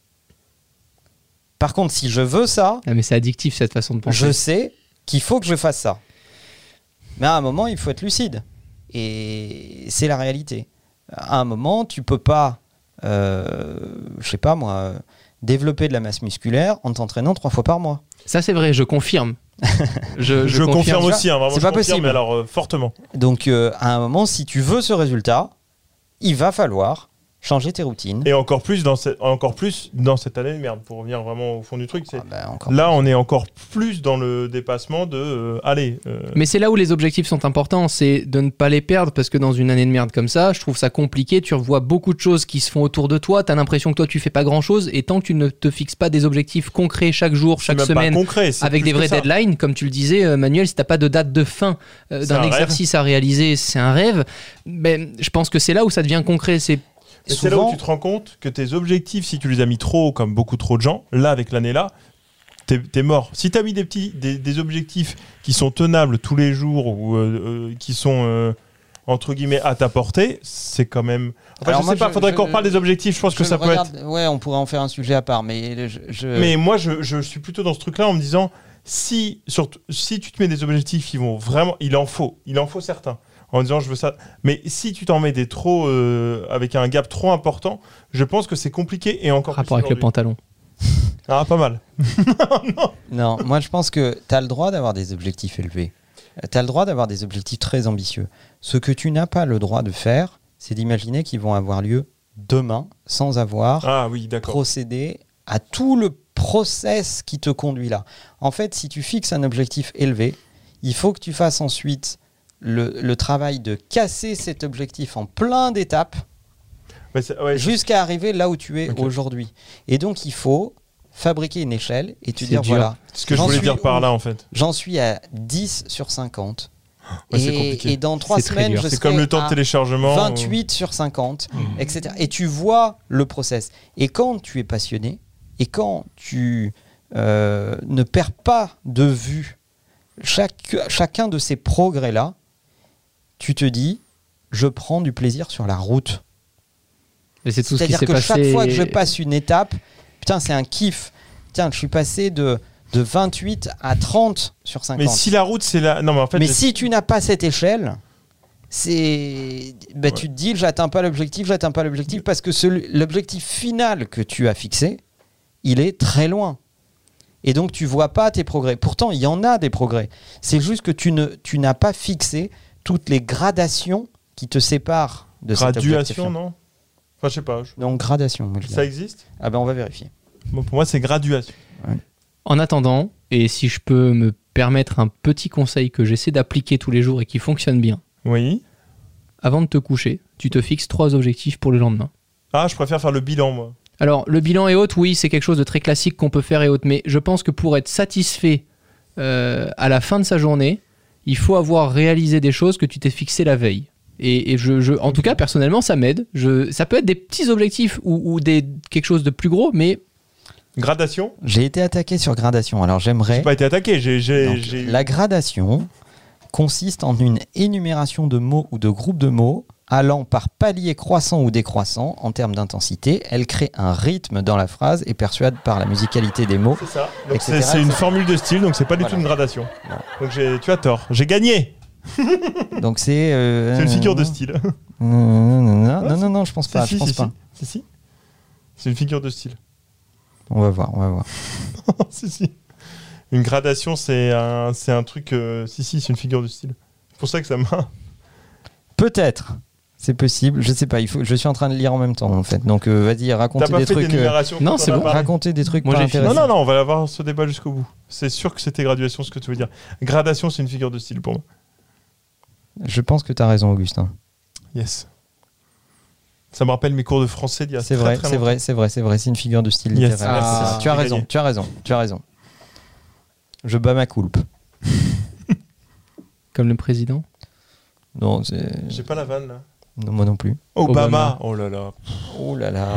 C: Par contre, si je veux ça,
B: Ah, mais c'est addictif cette façon de penser.
C: je sais qu'il faut que je fasse ça. Mais à un moment, il faut être lucide. Et c'est la réalité. À un moment, tu peux pas, euh, je sais pas moi, développer de la masse musculaire en t'entraînant trois fois par mois.
B: Ça, c'est vrai, je confirme. je,
D: Je, confirme aussi, hein, vraiment,
C: C'est
D: je
C: pas
D: confirme,
C: possible.
D: mais alors euh, fortement.
C: Donc, euh, à un moment, si tu veux ce résultat, il va falloir changer tes routines.
D: Et encore plus dans cette, encore plus dans cette année de merde, pour revenir vraiment au fond du truc. C'est,
C: Ah bah, encore
D: là, on est encore plus dans le dépassement de euh, allez. euh,
B: Mais c'est là où les objectifs sont importants, c'est de ne pas les perdre, parce que dans une année de merde comme ça, je trouve ça compliqué. Tu revois beaucoup de choses qui se font autour de toi, t'as l'impression que toi tu fais pas grand chose, et tant que tu ne te fixes pas des objectifs concrets chaque jour,
D: c'est
B: chaque
D: même
B: semaine,
D: pas concret, c'est
B: avec
D: plus
B: des
D: que
B: vrais
D: ça.
B: deadlines, comme tu le disais, euh, Manuel, si t'as pas de date de fin euh,
D: C'est
B: d'un
D: un
B: exercice à réaliser, c'est un rêve. Mais je pense que c'est là où ça devient concret. C'est
D: Et c'est là où
C: Souvent-
D: tu te rends compte que tes objectifs, si tu les as mis trop haut, comme beaucoup trop de gens, là, avec l'année-là, t'es, t'es mort. Si t'as mis des, petits, des, des objectifs qui sont tenables tous les jours ou euh, euh, qui sont, euh, entre guillemets, à ta portée, c'est quand même... Enfin,
C: Alors
D: je
C: moi,
D: sais pas,
C: je-
D: faudrait
C: je-
D: qu'on reparle des objectifs, je pense que
C: Je
D: ça
C: le
D: peut
C: regarde-
D: être...
C: Ouais, on pourrait en faire un sujet à part, mais je... je-
D: Mais moi, je, je suis plutôt dans ce truc-là en me disant, si, surtout, si tu te mets des objectifs, ils vont vraiment... Il en faut, il en faut certains. En disant je veux ça, mais si tu t'en mets des trop euh, avec un gap trop important, je pense que c'est compliqué et encore
B: rapport
D: plus
B: avec le
D: aujourd'hui.
B: pantalon.
D: Ah, pas mal.
C: Non, moi je pense que tu as le droit d'avoir des objectifs élevés. Tu as le droit d'avoir des objectifs très ambitieux. Ce que tu n'as pas le droit de faire, c'est d'imaginer qu'ils vont avoir lieu demain sans avoir
D: Ah oui, d'accord.
C: procédé à tout le process qui te conduit là. En fait, si tu fixes un objectif élevé, il faut que tu fasses ensuite le, le travail de casser cet objectif en plein d'étapes
D: Ouais, c'est- ouais, je-
C: jusqu'à arriver là où tu es
D: Ok.
C: aujourd'hui. Et donc, il faut fabriquer une échelle et te
B: C'est
C: dire,
B: dur.
C: voilà,
D: ce que je
C: j'en
D: voulais
C: suis
D: dire par
C: où
D: là en fait.
C: j'en suis à dix sur cinquante.
D: Ouais, c'est
C: et,
D: compliqué.
C: et dans trois
B: C'est très
C: semaines,
B: dur.
C: je
D: C'est
C: serai
D: comme le temps
C: à
D: de téléchargement.
C: vingt-huit sur cinquante, et cetera. Et tu vois le process. Et quand tu es passionné, et quand tu euh, ne perds pas de vue chaque, chacun de ces progrès-là, tu te dis, je prends du plaisir sur la route.
B: Et c'est tout ce qui
C: C'est-à-dire
B: s'est
C: que
B: passé.
C: chaque fois que je passe une étape, putain, c'est un kiff. Putain, je suis passé de, de vingt-huit à trente sur cinquante.
D: Mais si la route c'est la. Non, mais en fait.
C: Mais
D: je-
C: si tu n'as pas cette échelle, c'est, bah, tu te dis, j'atteins pas l'objectif, j'atteins pas l'objectif, parce que celui- l'objectif final que tu as fixé, il est très loin. Et donc tu vois pas tes progrès. Pourtant, il y en a des progrès. C'est juste que tu ne, tu n'as pas fixé toutes les gradations qui te séparent de cet objectif.
D: Graduation, non Enfin, je sais pas. je-
C: Donc gradation. moi, je
D: Ça
C: dirais.
D: existe
C: Ah ben on va vérifier.
D: Bon, pour moi, c'est graduation.
B: En attendant, et si je peux me permettre un petit conseil que j'essaie d'appliquer tous les jours et qui fonctionne bien,
D: Oui.
B: avant de te coucher, tu te fixes trois objectifs pour le lendemain.
D: Ah, je préfère faire le bilan, moi.
B: Alors, le bilan et autres, oui, c'est quelque chose de très classique qu'on peut faire et autres, mais je pense que pour être satisfait euh, à la fin de sa journée, il faut avoir réalisé des choses que tu t'es fixé la veille. Et, et je, je, en tout cas, personnellement, ça m'aide. Je, ça peut être des petits objectifs ou, ou des, quelque chose de plus gros, mais
D: Gradation
C: J'ai été attaqué sur gradation. Alors j'aimerais.
D: J'ai pas été attaqué. J'ai. j'ai-
C: Donc,
D: j'ai-
C: la gradation consiste en une énumération de mots ou de groupes de mots allant par palier croissant ou décroissant en termes d'intensité. Elle crée un rythme dans la phrase et persuade par la musicalité des mots.
D: C'est ça. Donc,
C: et cetera,
D: c'est, c'est une
C: et cetera.
D: formule de style, donc c'est pas du
C: Voilà.
D: tout une gradation.
C: Non.
D: Donc j'ai, tu as tort. J'ai gagné.
C: Donc c'est. euh,
D: C'est une figure de style.
C: Non, non, non, non,
D: Ouais,
C: non, non, non, je pense
D: Si,
C: pas.
D: si,
C: je pense
D: si,
C: pas.
D: si. Si, si. C'est une figure de style.
C: On va voir, on va voir.
D: si, si. Une gradation, c'est un, c'est un truc. euh, Si, si, c'est une figure de style. C'est pour ça que ça m'a.
C: Peut-être. C'est possible, je sais pas. Il faut. Je suis en train de lire en même temps en fait. Donc euh, vas-y,
D: T'as
C: racontez
D: pas
C: des
D: fait
C: trucs. euh,
D: d'énumération
B: non,
D: quand
B: c'est
D: on a
B: bon.
D: parlé.
C: racontez des trucs
B: Moi,
C: pas
B: j'ai fini.
D: Non,
C: intéressants.
D: non, non, on va avoir ce débat jusqu'au bout. C'est sûr que c'était graduation ce que tu veux dire. Gradation, c'est une figure de style pour moi.
C: Je pense que tu as raison, Augustin.
D: Yes. Ça me rappelle mes cours de français d'il y a
C: C'est
D: très,
C: vrai,
D: très
C: c'est
D: longtemps.
C: vrai, c'est vrai, c'est vrai. C'est une figure de style
D: Yes,
C: littéraire.
B: merci.
C: Ah, tu as
D: J'ai
C: raison,
D: gagné.
C: tu as raison, tu as raison. Je bats ma coulpe.
B: comme le président.
C: Non, c'est-
D: J'ai pas la vanne là.
C: non, moi non plus.
D: Obama.
B: Obama.
D: Oh là là.
C: Oh là là.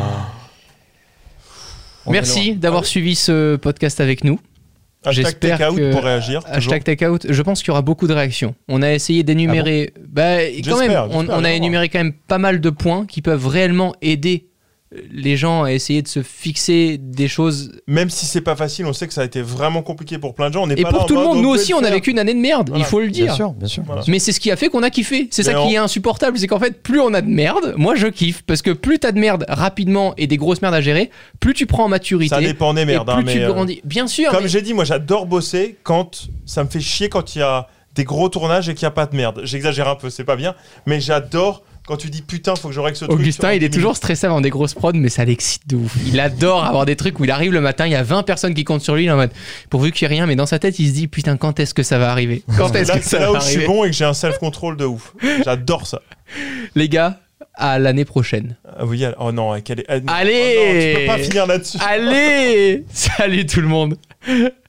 C: On est
B: Merci
C: loin.
B: d'avoir suivi ce podcast avec nous.
D: Hashtag
B: J'espère
D: take out
B: que-
D: pour réagir. toujours.
B: Hashtag takeout, je pense qu'il y aura beaucoup de réactions. On a essayé d'énumérer. bah, quand
D: J'espère,
B: même, on,
D: j'espère,
B: on a
D: j'espère.
B: énuméré quand même pas mal de points qui peuvent réellement aider les gens à essayer de se fixer des choses.
D: Même si c'est pas facile, on sait que ça a été vraiment compliqué pour plein de gens. On n'est
B: Et
D: pas
B: pour
D: là en
B: tout le
D: mode,
B: monde, nous
D: peut
B: aussi,
D: le
B: on a
D: faire.
B: vécu une année de merde,
D: Voilà.
B: il faut le dire.
C: Bien sûr, bien sûr.
D: Voilà.
B: Mais c'est ce qui a fait qu'on a kiffé. C'est
D: Mais
B: ça
D: on-
B: qui est insupportable, c'est qu'en fait, plus on a de merde, moi je kiffe. Parce que plus t'as de merde rapidement et des grosses merdes à gérer, plus tu prends en maturité.
D: Ça dépend des merdes,
B: et plus
D: hein,
B: tu
D: mais, euh,
B: grandis. Bien sûr.
D: Comme
B: mais-
D: j'ai dit, moi j'adore bosser quand ça me fait chier quand il y a des gros tournages et qu'il n'y a pas de merde. J'exagère un peu, c'est pas bien, mais j'adore quand tu dis putain, faut que je règle ce truc.
B: Augustin,
D: sur
B: il est
D: dix
B: toujours
D: minutes.
B: stressé avant des grosses prods, mais ça l'excite de ouf. Il adore avoir des trucs où il arrive le matin, il y a vingt personnes qui comptent sur lui, il est en mode pourvu qu'il n'y ait rien, mais dans sa tête, il se dit putain, quand est-ce que ça va arriver Quand est-ce
D: Là,
B: que
D: c'est
B: ça
D: là
B: va
D: où je suis
B: arriver
D: bon et que j'ai un self-control de ouf. J'adore ça.
B: Les gars, à l'année prochaine.
D: Ah oui, elle- oh non, quelle est. oh non,
B: Allez
D: tu peux pas finir là-dessus.
B: Allez Salut tout le monde